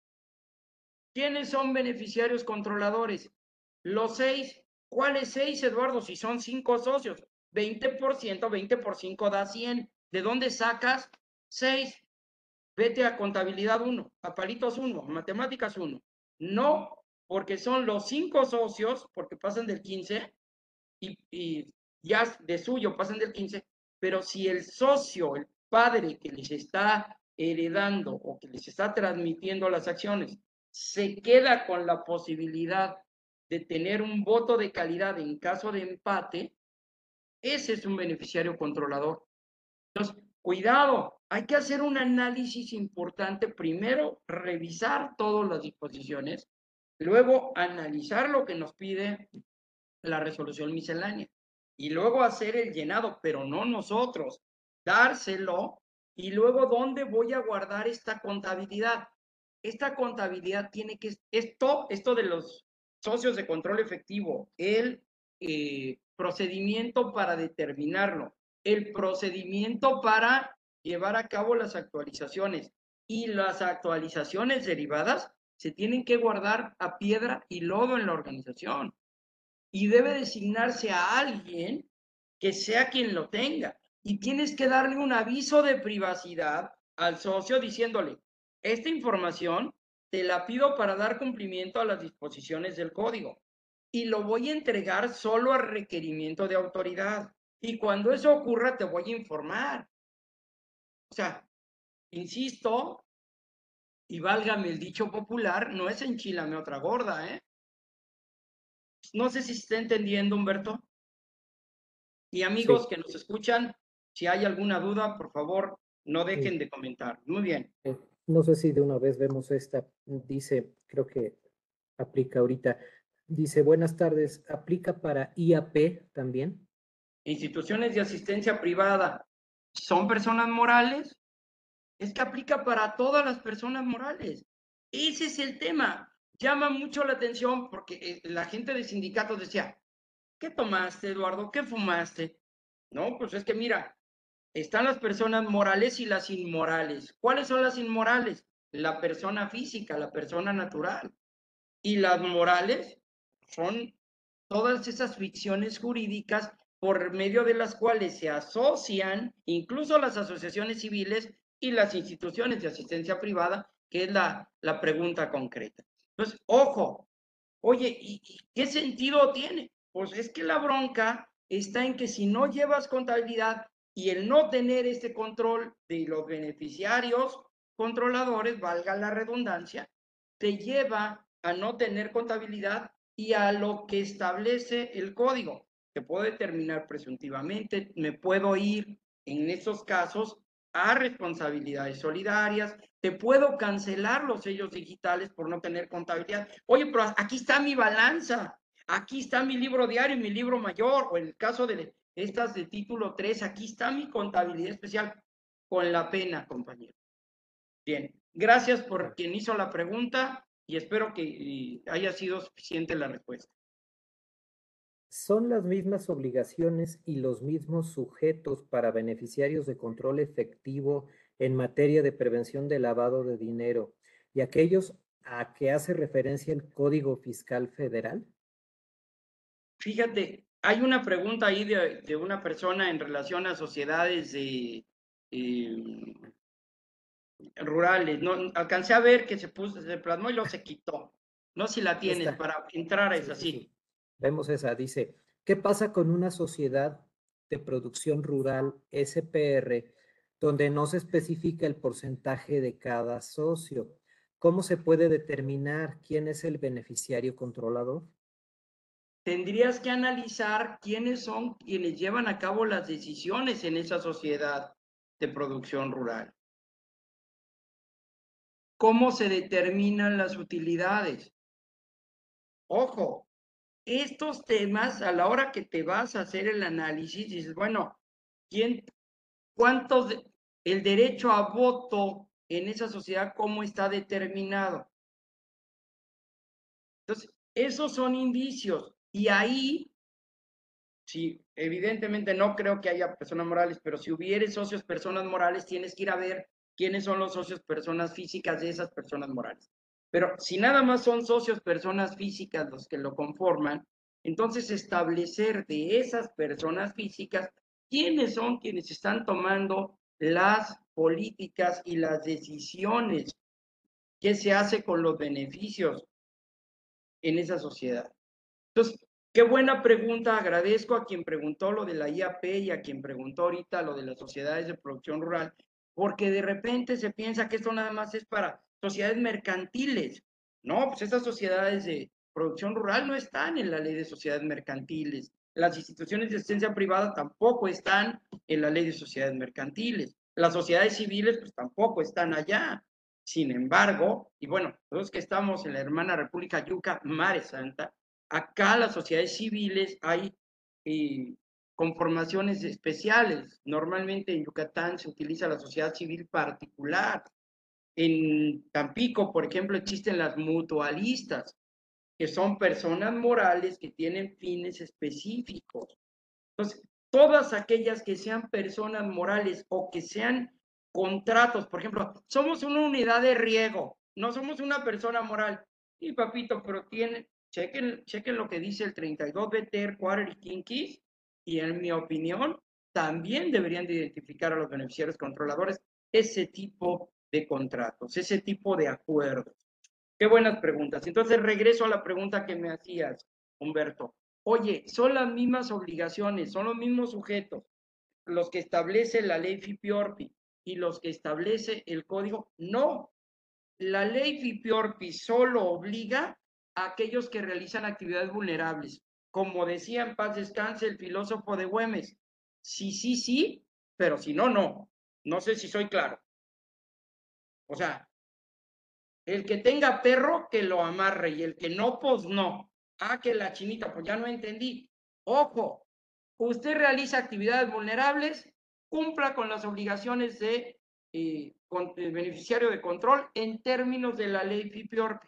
¿Quiénes son beneficiarios controladores? Los seis. ¿Cuáles seis, Eduardo? Si son cinco socios. veinte por ciento, veinte por cinco da cien. ¿De dónde sacas? seis. Vete a contabilidad uno, a palitos uno, matemáticas uno. No, porque son los cinco socios, porque pasan del quince y, y ya de suyo pasan del quince, pero si el socio, el padre que les está heredando o que les está transmitiendo las acciones, se queda con la posibilidad de tener un voto de calidad en caso de empate, ese es un beneficiario controlador. Entonces, cuidado, hay que hacer un análisis importante. Primero, revisar todas las disposiciones, luego analizar lo que nos pide la resolución miscelánea y luego hacer el llenado, pero no nosotros, dárselo y luego dónde voy a guardar esta contabilidad. Esta contabilidad tiene que, esto, esto de los socios de control efectivo, el eh, procedimiento para determinarlo, el procedimiento para llevar a cabo las actualizaciones y las actualizaciones derivadas se tienen que guardar a piedra y lodo en la organización y debe designarse a alguien que sea quien lo tenga. Y tienes que darle un aviso de privacidad al socio diciéndole, esta información te la pido para dar cumplimiento a las disposiciones del código y lo voy a entregar solo a requerimiento de autoridad. Y cuando eso ocurra te voy a informar. O sea, insisto, y válgame el dicho popular, no es enchilame otra gorda, ¿eh? No sé si se está entendiendo, Humberto. Y amigos Sí, que nos escuchan, si hay alguna duda, por favor, no sí. dejen de comentar. Muy bien. Eh, no sé si de una vez vemos esta. Dice, creo que aplica ahorita. Dice, buenas tardes, ¿aplica para I A P también? Instituciones de asistencia privada, ¿son personas morales? Es que aplica para todas las personas morales. Ese es el tema. Llama mucho la atención porque eh, la gente de sindicatos decía, ¿qué tomaste, Eduardo? ¿Qué fumaste? No, pues es que mira, están las personas morales y las inmorales. ¿Cuáles son las inmorales? La persona física, la persona natural. Y las morales son todas esas ficciones jurídicas por medio de las cuales se asocian incluso las asociaciones civiles y las instituciones de asistencia privada, que es la, la pregunta concreta. Entonces, ojo, oye, ¿y, y qué sentido tiene? Pues es que la bronca está en que si no llevas contabilidad y el no tener este control de los beneficiarios controladores, valga la redundancia, te lleva a no tener contabilidad y a lo que establece el código. Te puedo determinar presuntivamente, me puedo ir en estos casos a responsabilidades solidarias, te puedo cancelar los sellos digitales por no tener contabilidad. Oye, pero aquí está mi balanza, aquí está mi libro diario, mi libro mayor, o en el caso de estas de título tres, aquí está mi contabilidad especial, con la pena, compañero. Bien, gracias por quien hizo la pregunta y espero que haya sido suficiente la respuesta. ¿Son las mismas obligaciones y los mismos sujetos para beneficiarios de control efectivo en materia de prevención de lavado de dinero y aquellos a que hace referencia el Código Fiscal Federal? Fíjate, hay una pregunta ahí de, de una persona en relación a sociedades de, eh, rurales. No, alcancé a ver que se puso, se plasmó y luego se quitó. No sé si la tienes Esta, para entrar a sí, esa, sí, sí. sí. Vemos esa, dice, ¿qué pasa con una sociedad de producción rural S P R donde no se especifica el porcentaje de cada socio? ¿Cómo se puede determinar quién es el beneficiario controlador? Tendrías que analizar quiénes son quienes llevan a cabo las decisiones en esa sociedad de producción rural. ¿Cómo se determinan las utilidades? Ojo, estos temas, a la hora que te vas a hacer el análisis, dices, bueno, ¿quién, cuántos, de- el derecho a voto en esa sociedad, cómo está determinado? Entonces, esos son indicios. Y ahí, sí, evidentemente no creo que haya personas morales, pero si hubiere socios personas morales, tienes que ir a ver quiénes son los socios personas físicas de esas personas morales. Pero si nada más son socios personas físicas los que lo conforman, entonces establecer de esas personas físicas quiénes son quienes están tomando las políticas y las decisiones, qué se hace con los beneficios en esa sociedad. Entonces, qué buena pregunta. Agradezco a quien preguntó lo de la I A P y a quien preguntó ahorita lo de las sociedades de producción rural, porque de repente se piensa que esto nada más es para sociedades mercantiles. No, pues estas sociedades de producción rural no están en la ley de sociedades mercantiles. Las instituciones de asistencia privada tampoco están en la ley de sociedades mercantiles. Las sociedades civiles pues tampoco están allá. Sin embargo, y bueno, todos que estamos en la hermana República Yuca, Mare Santa, acá las sociedades civiles hay eh, conformaciones especiales. Normalmente en Yucatán se utiliza la sociedad civil particular. En Tampico, por ejemplo, existen las mutualistas, que son personas morales que tienen fines específicos. Entonces, todas aquellas que sean personas morales o que sean contratos, por ejemplo, somos una unidad de riego, no somos una persona moral. Y papito, pero tiene, chequen, chequen lo que dice el treinta y dos B T R, Quarter y Kinkis, y en mi opinión, también deberían de identificar a los beneficiarios controladores ese tipo de contratos, ese tipo de acuerdos. Qué buenas preguntas. Entonces regreso a la pregunta que me hacías, Humberto. Oye, son las mismas obligaciones, son los mismos sujetos los que establece la ley FIPIORPI y los que establece el código. No, la ley FIPIORPI solo obliga a aquellos que realizan actividades vulnerables. Como decía en paz descanse el filósofo de Güemes, sí, sí, sí, pero si no, no. No sé si soy claro. O sea, el que tenga perro, que lo amarre, y el que no, pues no. Ah, que la chinita, pues ya no entendí. Ojo, usted realiza actividades vulnerables, cumpla con las obligaciones de eh, con, eh, beneficiario de control en términos de la ley FIPIORP.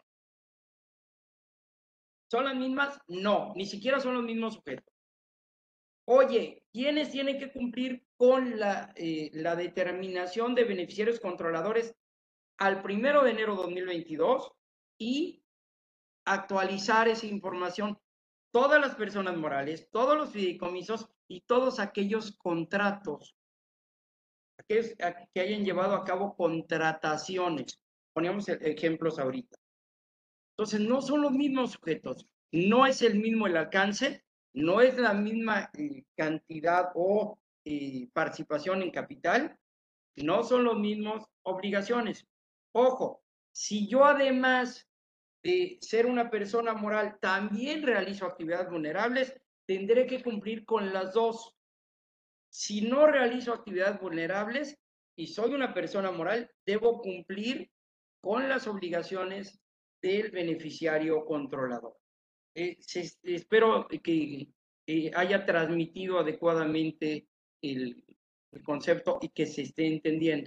¿Son las mismas? No, ni siquiera son los mismos sujetos. Oye, ¿quiénes tienen que cumplir con la, eh, la determinación de beneficiarios controladores al primero de enero de dos mil veintidós y actualizar esa información? Todas las personas morales, todos los fideicomisos y todos aquellos contratos, aquellos que hayan llevado a cabo contrataciones. Poníamos ejemplos ahorita. Entonces, no son los mismos sujetos, no es el mismo el alcance, no es la misma eh, cantidad o eh, participación en capital, no son los mismos obligaciones. Ojo, si yo además de ser una persona moral también realizo actividades vulnerables, tendré que cumplir con las dos. Si no realizo actividades vulnerables y soy una persona moral, debo cumplir con las obligaciones del beneficiario controlador. Eh, se, espero que eh, haya transmitido adecuadamente el, el concepto y que se esté entendiendo.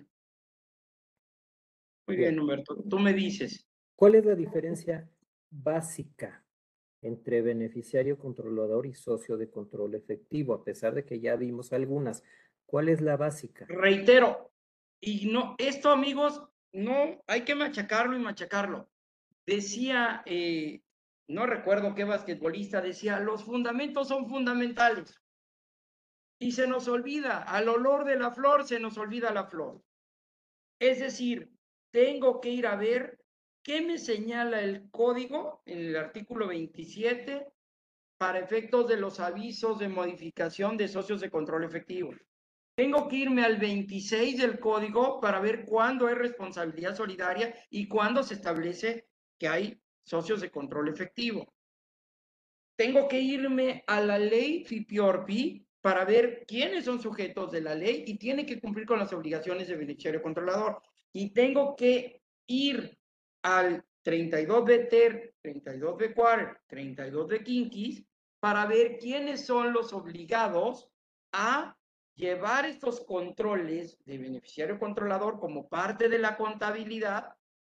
Muy bien, Bien. Humberto. Tú me dices. ¿Cuál es la diferencia básica entre beneficiario controlador y socio de control efectivo? A pesar de que ya vimos algunas, ¿cuál es la básica? Reitero, Y no, esto, amigos, no, hay que machacarlo y machacarlo. Decía, eh, no recuerdo qué basquetbolista decía, los fundamentos son fundamentales. Y se nos olvida, al olor de la flor se nos olvida la flor. Es decir, tengo que ir a ver qué me señala el código en el artículo veintisiete para efectos de los avisos de modificación de socios de control efectivo. Tengo que irme al veintiséis del código para ver cuándo hay responsabilidad solidaria y cuándo se establece que hay socios de control efectivo. Tengo que irme a la ley FIPIORPI para ver quiénes son sujetos de la ley y tiene que cumplir con las obligaciones de beneficiario controlador. Y tengo que ir al treinta y dos B TER, treinta y dos B CUAR, treinta y dos B Quinquis para ver quiénes son los obligados a llevar estos controles de beneficiario controlador como parte de la contabilidad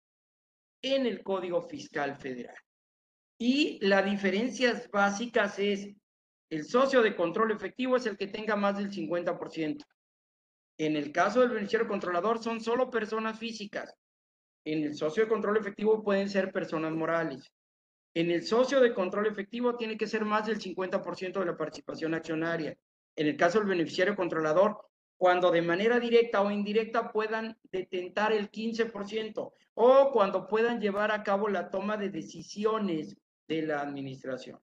en el Código Fiscal Federal. Y las diferencias básicas es, el socio de control efectivo es el que tenga más del cincuenta por ciento. En el caso del beneficiario controlador son solo personas físicas. En el socio de control efectivo pueden ser personas morales. En el socio de control efectivo tiene que ser más del cincuenta por ciento de la participación accionaria. En el caso del beneficiario controlador, cuando de manera directa o indirecta puedan detentar el quince por ciento o cuando puedan llevar a cabo la toma de decisiones de la administración.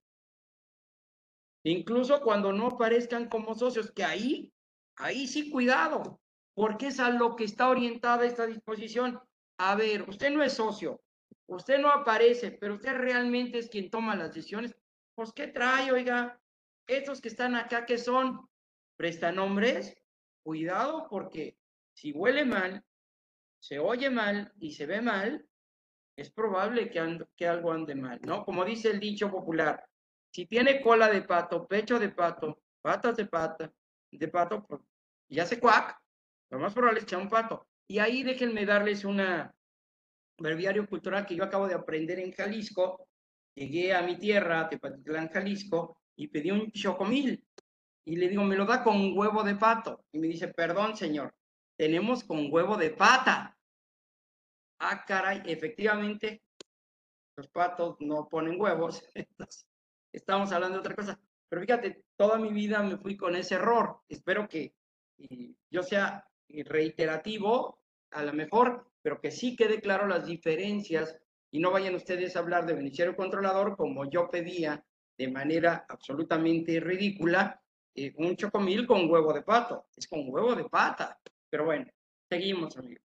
Incluso cuando no aparezcan como socios, que ahí, ahí sí cuidado, porque es a lo que está orientada esta disposición. A ver, usted no es socio, usted no aparece, pero usted realmente es quien toma las decisiones. Pues, ¿qué trae, oiga? Estos que están acá, ¿qué son? ¿Prestanombres? Cuidado, porque si huele mal, se oye mal y se ve mal, es probable que, and, que algo ande mal, ¿no? Como dice el dicho popular, si tiene cola de pato, pecho de pato, patas de pata, de pato, pues ya se cuac, lo más probable es que sea un pato. Y ahí déjenme darles una breviario cultural que yo acabo de aprender en Jalisco. Llegué a mi tierra, Tepatitlán, Jalisco, y pedí un chocomil. Y le digo, me lo da con huevo de pato. Y me dice, perdón, señor, tenemos con huevo de pata. Ah, caray, efectivamente, los patos no ponen huevos, entonces estamos hablando de otra cosa. Pero fíjate, toda mi vida me fui con ese error. Espero que eh, yo sea reiterativo, a lo mejor, pero que sí quede claro las diferencias y no vayan ustedes a hablar de beneficiario controlador como yo pedía de manera absolutamente ridícula, eh, un chocomil con huevo de pato. Es con huevo de pata. Pero bueno, seguimos, amigos.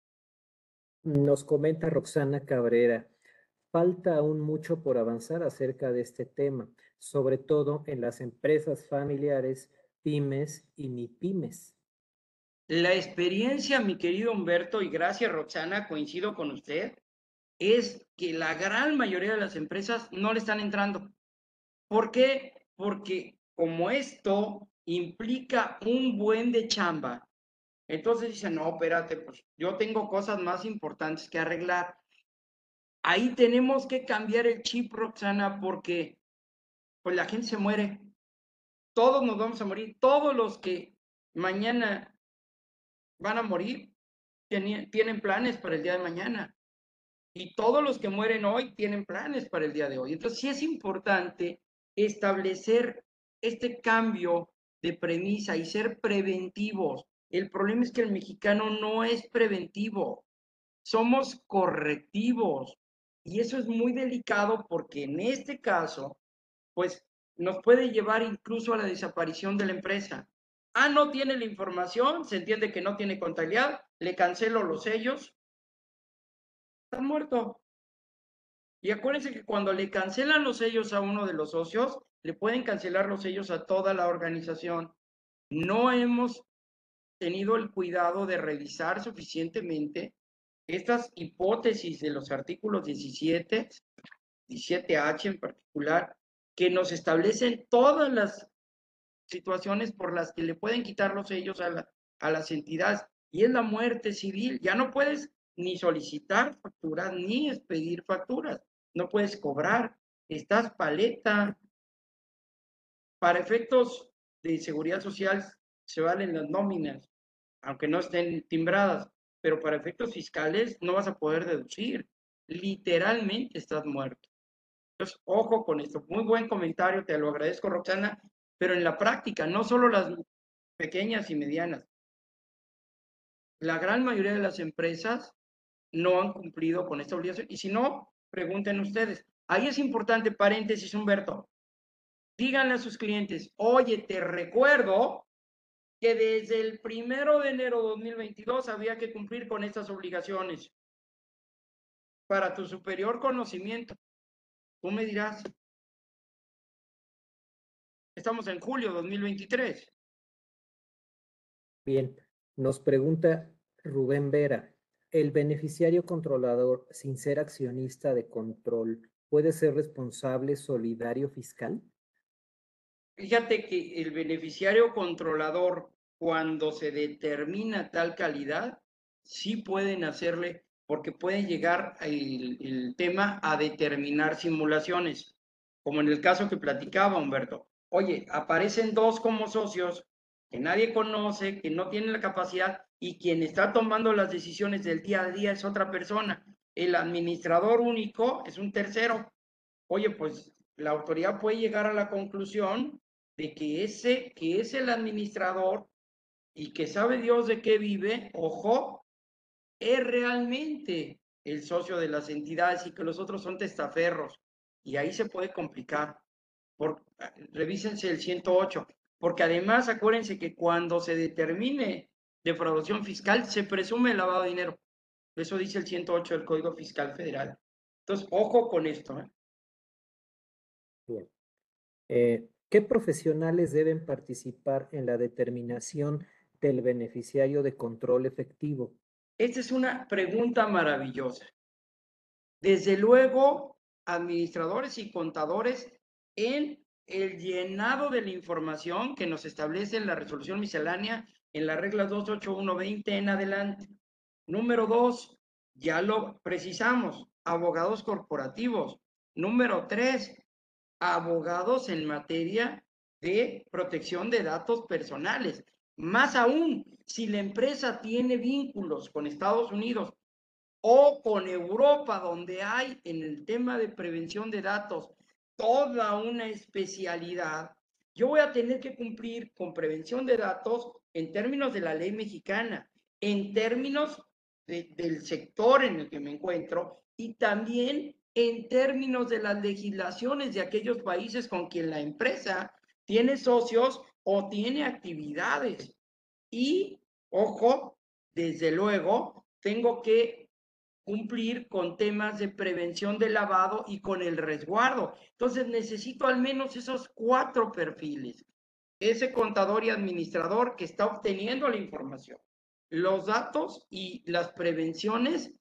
Nos comenta Roxana Cabrera, falta aún mucho por avanzar acerca de este tema, sobre todo en las empresas familiares, pymes y MIPYMES. La experiencia, mi querido Humberto, y gracias Roxana, coincido con usted, es que la gran mayoría de las empresas no le están entrando. ¿Por qué? Porque como esto implica un buen de chamba, entonces dicen, no, espérate, pues yo tengo cosas más importantes que arreglar. Ahí tenemos que cambiar el chip, Roxana, porque pues la gente se muere. Todos nos vamos a morir. Todos los que mañana van a morir tienen planes para el día de mañana. Y todos los que mueren hoy tienen planes para el día de hoy. Entonces sí es importante establecer este cambio de premisa y ser preventivos. El problema es que el mexicano no es preventivo, somos correctivos. Y eso es muy delicado porque en este caso, pues nos puede llevar incluso a la desaparición de la empresa. Ah, no tiene la información, se entiende que no tiene contabilidad, le cancelo los sellos, está muerto. Y acuérdense que cuando le cancelan los sellos a uno de los socios, le pueden cancelar los sellos a toda la organización. No hemos tenido el cuidado de revisar suficientemente estas hipótesis de los artículos diecisiete, diecisiete H en particular, que nos establecen todas las situaciones por las que le pueden quitar los sellos a, la, a las entidades. Y es la muerte civil. Ya no puedes ni solicitar facturas ni expedir facturas. No puedes cobrar. Estás paleta. Para efectos de seguridad social se valen las nóminas, aunque no estén timbradas. pero para efectos fiscales no vas a poder deducir. Literalmente estás muerto. Entonces, ojo con esto. Muy buen comentario, te lo agradezco, Roxana, pero en la práctica, no solo las pequeñas y medianas, la gran mayoría de las empresas no han cumplido con esta obligación. Y si no, pregunten ustedes. Ahí es importante, paréntesis, Humberto, díganle a sus clientes, oye, te recuerdo que desde el primero de enero de dos mil veintidós había que cumplir con estas obligaciones para tu superior conocimiento. Tú me dirás, estamos en julio de dos mil veintitrés. Bien, nos pregunta Rubén Vera, ¿el beneficiario controlador, sin ser accionista de control, puede ser responsable solidario fiscal? Fíjate que el beneficiario controlador, cuando se determina tal calidad, sí pueden hacerle, porque puede llegar el, el tema a determinar simulaciones, como en el caso que platicaba Humberto. Oye, aparecen dos como socios que nadie conoce, que no tienen la capacidad y quien está tomando las decisiones del día a día es otra persona. El administrador único es un tercero. Oye, pues la autoridad puede llegar a la conclusión de que ese que es el administrador y que sabe Dios de qué vive, ojo, es realmente el socio de las entidades y que los otros son testaferros. Y ahí se puede complicar. Por, revísense el ciento ocho, porque además acuérdense que cuando se determine defraudación fiscal se presume lavado de dinero. Eso dice el ciento ocho del Código Fiscal Federal. Entonces, ojo con esto. ¿eh? Bien. Eh, ¿qué profesionales deben participar en la determinación del beneficiario de control efectivo? Esta es una pregunta maravillosa. Desde luego, administradores y contadores en el llenado de la información que nos establece la resolución miscelánea en la regla dos ocho uno veinte en adelante. Número dos, ya lo precisamos, abogados corporativos. Número tres, abogados en materia de protección de datos personales. Más aún, si la empresa tiene vínculos con Estados Unidos o con Europa, donde hay en el tema de prevención de datos toda una especialidad, yo voy a tener que cumplir con prevención de datos en términos de la ley mexicana, en términos de, del sector en el que me encuentro y también en términos de las legislaciones de aquellos países con quien la empresa tiene socios o tiene actividades. Y, ojo, desde luego, tengo que cumplir con temas de prevención de lavado y con el resguardo. Entonces necesito al menos esos cuatro perfiles. Ese contador y administrador que está obteniendo la información, los datos y las prevenciones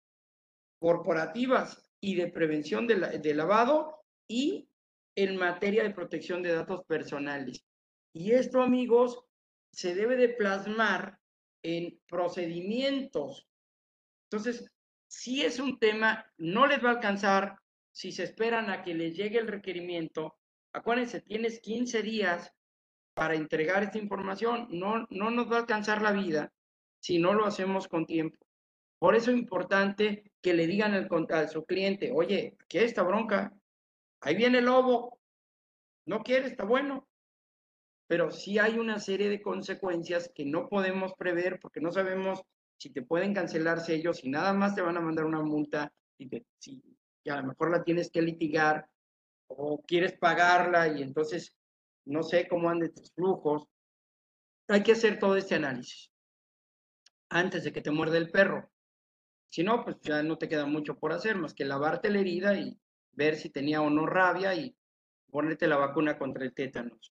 corporativas y de prevención de, la, de lavado y en materia de protección de datos personales. Y esto, amigos, se debe de plasmar en procedimientos. Entonces, si es un tema, no les va a alcanzar si se esperan a que les llegue el requerimiento. Acuérdense, tienes quince días para entregar esta información. No, no nos va a alcanzar la vida si no lo hacemos con tiempo. Por eso es importante que le digan al, a su cliente, oye, ¿qué es esta bronca? Ahí viene el lobo. No quiere, está bueno. Pero sí hay una serie de consecuencias que no podemos prever porque no sabemos si te pueden cancelar sellos, si nada más te van a mandar una multa, y, te, si, y a lo mejor la tienes que litigar o quieres pagarla y entonces no sé cómo anden tus flujos. Hay que hacer todo este análisis antes de que te muerde el perro. Si no, pues ya no te queda mucho por hacer más que lavarte la herida y ver si tenía o no rabia y ponerte la vacuna contra el tétanos.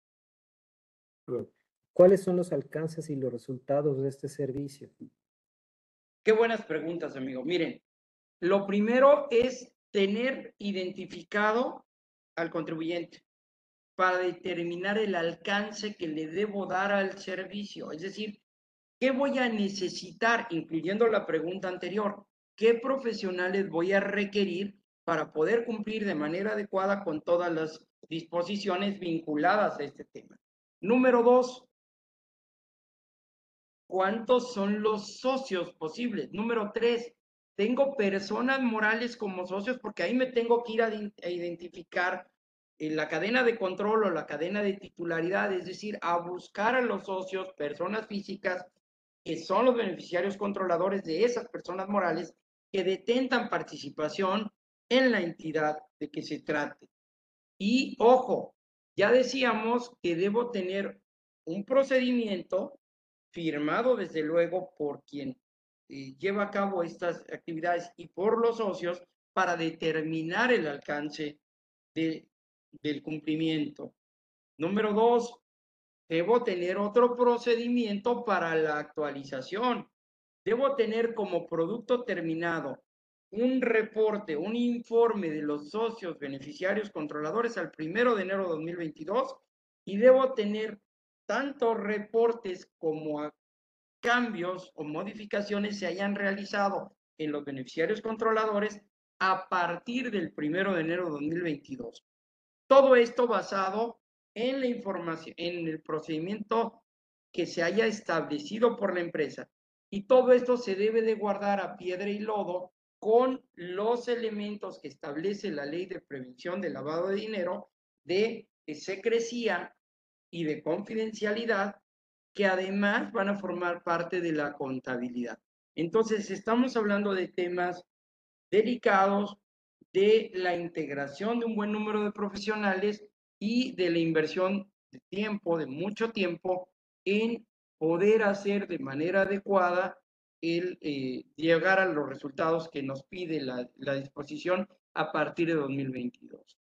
Bien. ¿Cuáles son los alcances y los resultados de este servicio? Qué buenas preguntas, amigo. Miren, lo primero es tener identificado al contribuyente para determinar el alcance que le debo dar al servicio. Es decir, ¿qué voy a necesitar, incluyendo la pregunta anterior? ¿Qué profesionales voy a requerir para poder cumplir de manera adecuada con todas las disposiciones vinculadas a este tema? Número dos, ¿cuántos son los socios posibles? Número tres, tengo personas morales como socios porque ahí me tengo que ir a, a identificar en la cadena de control o la cadena de titularidad, es decir, a buscar a los socios, personas físicas, que son los beneficiarios controladores de esas personas morales que detentan participación en la entidad de que se trate. Y ojo, ya decíamos que debo tener un procedimiento firmado desde luego por quien eh, lleva a cabo estas actividades y por los socios para determinar el alcance de, del cumplimiento. Número dos, debo tener otro procedimiento para la actualización. Debo tener como producto terminado un reporte, un informe de los socios beneficiarios controladores al primero de enero de dos mil veintidós y debo tener tantos reportes como cambios o modificaciones se hayan realizado en los beneficiarios controladores a partir del primero de enero de dos mil veintidós. Todo esto basado en la información, en el procedimiento que se haya establecido por la empresa. Y todo esto se debe de guardar a piedra y lodo con los elementos que establece la Ley de Prevención del Lavado de Dinero, de secrecía y de confidencialidad, que además van a formar parte de la contabilidad. Entonces, estamos hablando de temas delicados, de la integración de un buen número de profesionales y de la inversión de tiempo, de mucho tiempo, en poder hacer de manera adecuada el eh, llegar a los resultados que nos pide la, la disposición a partir de dos mil veintidós.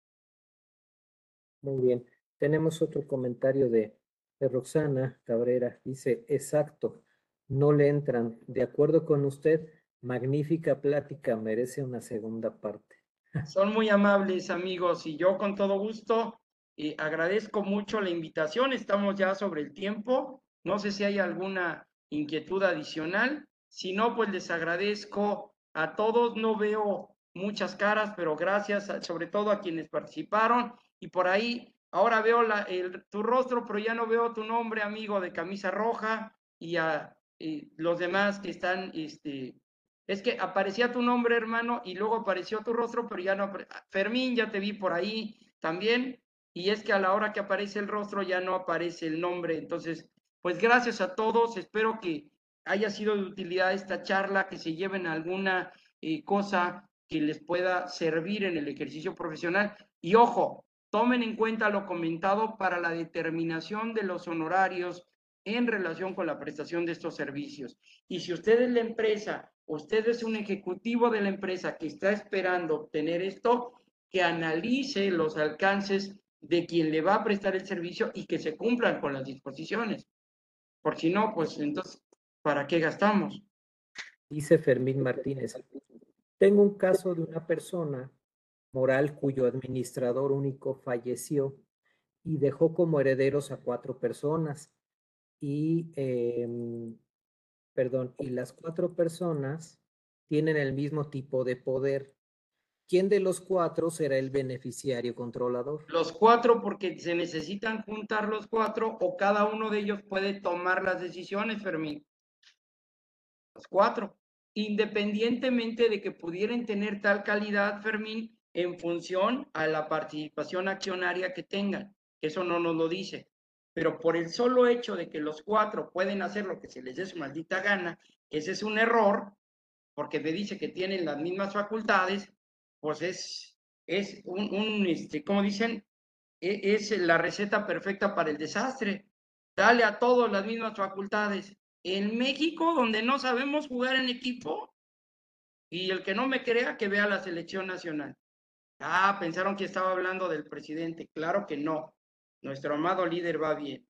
Muy bien. Tenemos otro comentario de, de Roxana Cabrera. Dice, exacto, no le entran. De acuerdo con usted, magnífica plática, merece una segunda parte. Son muy amables, amigos, y yo con todo gusto eh, agradezco mucho la invitación. Estamos ya sobre el tiempo. No sé si hay alguna inquietud adicional. Si no, pues les agradezco a todos. No veo muchas caras, pero gracias a, sobre todo a quienes participaron. Y por ahí, ahora veo la, el, tu rostro, pero ya no veo tu nombre, amigo de camisa roja, y a eh, los demás que están este, es que aparecía tu nombre, hermano, y luego apareció tu rostro, pero ya no. Fermín, ya te vi por ahí también. Y es que a la hora que aparece el rostro ya no aparece el nombre. Entonces, pues gracias a todos. Espero que haya sido de utilidad esta charla, que se lleven alguna eh, cosa que les pueda servir en el ejercicio profesional. Y ojo, tomen en cuenta lo comentado para la determinación de los honorarios en relación con la prestación de estos servicios. Y si usted es la empresa, usted es un ejecutivo de la empresa que está esperando obtener esto, que analice los alcances de quien le va a prestar el servicio y que se cumplan con las disposiciones. Por si no, pues entonces, ¿para qué gastamos? Dice Fermín Martínez, tengo un caso de una persona moral cuyo administrador único falleció y dejó como herederos a cuatro personas. Y, eh, perdón, y las cuatro personas tienen el mismo tipo de poder. ¿Quién de los cuatro será el beneficiario controlador? Los cuatro, porque se necesitan juntar los cuatro o cada uno de ellos puede tomar las decisiones, Fermín. Los cuatro, independientemente de que pudieran tener tal calidad, Fermín, en función a la participación accionaria que tengan. Eso no nos lo dice. Pero por el solo hecho de que los cuatro pueden hacer lo que se les dé su maldita gana, ese es un error, porque me dice que tienen las mismas facultades, pues es, es un, un este, ¿cómo dicen? Es la receta perfecta para el desastre. Dale a todos las mismas facultades. En México, donde no sabemos jugar en equipo, y el que no me crea, que vea la selección nacional. Ah, pensaron que estaba hablando del presidente. Claro que no. Nuestro amado líder va bien.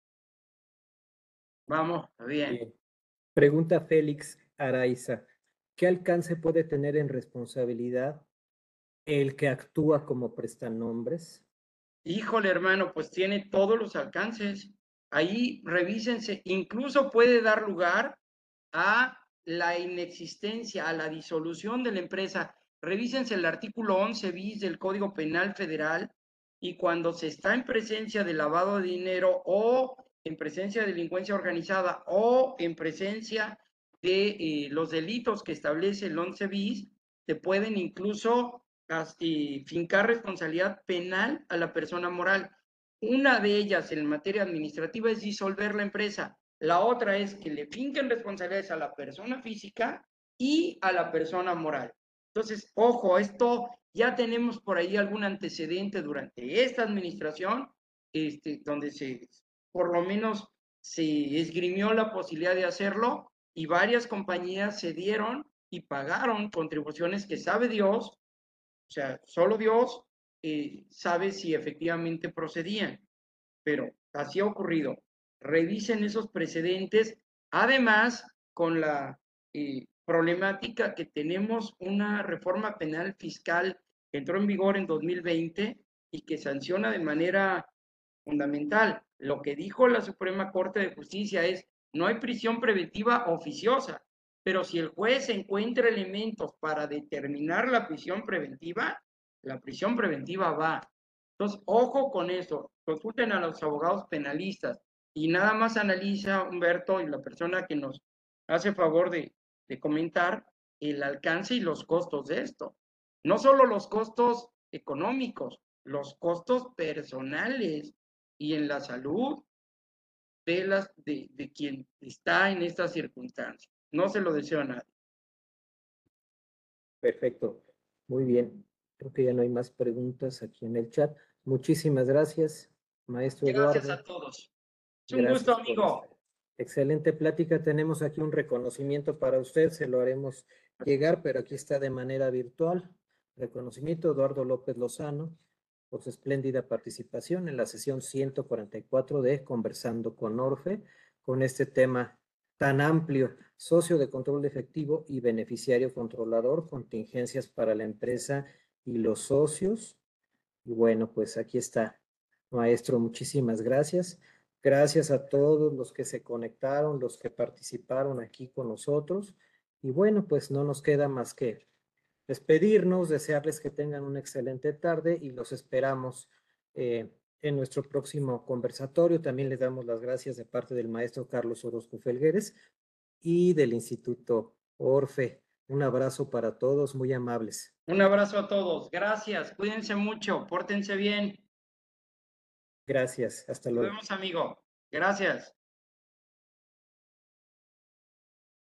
Vamos, bien. Bien. Pregunta Félix Araiza, ¿qué alcance puede tener en responsabilidad el que actúa como prestanombres? Híjole, hermano, pues tiene todos los alcances. Ahí revísense. Incluso puede dar lugar a la inexistencia, a la disolución de la empresa. Revísense el artículo once bis del Código Penal Federal y cuando se está en presencia de lavado de dinero o en presencia de delincuencia organizada o en presencia de eh, los delitos que establece el once bis, te pueden incluso eh, fincar responsabilidad penal a la persona moral. Una de ellas en materia administrativa es disolver la empresa. La otra es que le finquen responsabilidades a la persona física y a la persona moral. Entonces, ojo, esto ya tenemos por ahí algún antecedente durante esta administración, este, donde se, por lo menos se esgrimió la posibilidad de hacerlo y varias compañías se dieron y pagaron contribuciones que sabe Dios, o sea, solo Dios eh, sabe si efectivamente procedían, pero así ha ocurrido. Revisen esos precedentes, además con la eh, problemática que tenemos una reforma penal fiscal que entró en vigor en dos mil veinte y que sanciona de manera fundamental. Lo que dijo la Suprema Corte de Justicia es, no hay prisión preventiva oficiosa, pero si el juez encuentra elementos para determinar la prisión preventiva, la prisión preventiva va. Entonces, ojo con eso, consulten a los abogados penalistas y nada más analiza, Humberto, y la persona que nos hace favor de, de comentar el alcance y los costos de esto. No solo los costos económicos, los costos personales y en la salud de, las, de, de quien está en estas circunstancias. No se lo deseo a nadie. Perfecto, muy bien. Creo que ya no hay más preguntas aquí en el chat. Muchísimas gracias, maestro Gracias Eduardo. a todos. Es un gusto, Gracias por esta amigo. excelente plática. Tenemos aquí un reconocimiento para usted, se lo haremos llegar, pero aquí está de manera virtual. Reconocimiento Eduardo López Lozano por su espléndida participación en la sesión ciento cuarenta y cuatro de Conversando con Orfe, con este tema tan amplio, socio de control de efectivo y beneficiario controlador, contingencias para la empresa y los socios. Y bueno, pues aquí está, maestro, muchísimas gracias. Gracias a todos los que se conectaron, los que participaron aquí con nosotros. Y bueno, pues no nos queda más que despedirnos, desearles que tengan una excelente tarde y los esperamos eh, en nuestro próximo conversatorio. También les damos las gracias de parte del maestro Carlos Orozco Felgueres y del Instituto Orfe. Un abrazo para todos, muy amables. Un abrazo a todos. Gracias. Cuídense mucho. Pórtense bien. Gracias. Hasta Nos luego. vemos, amigo. Gracias.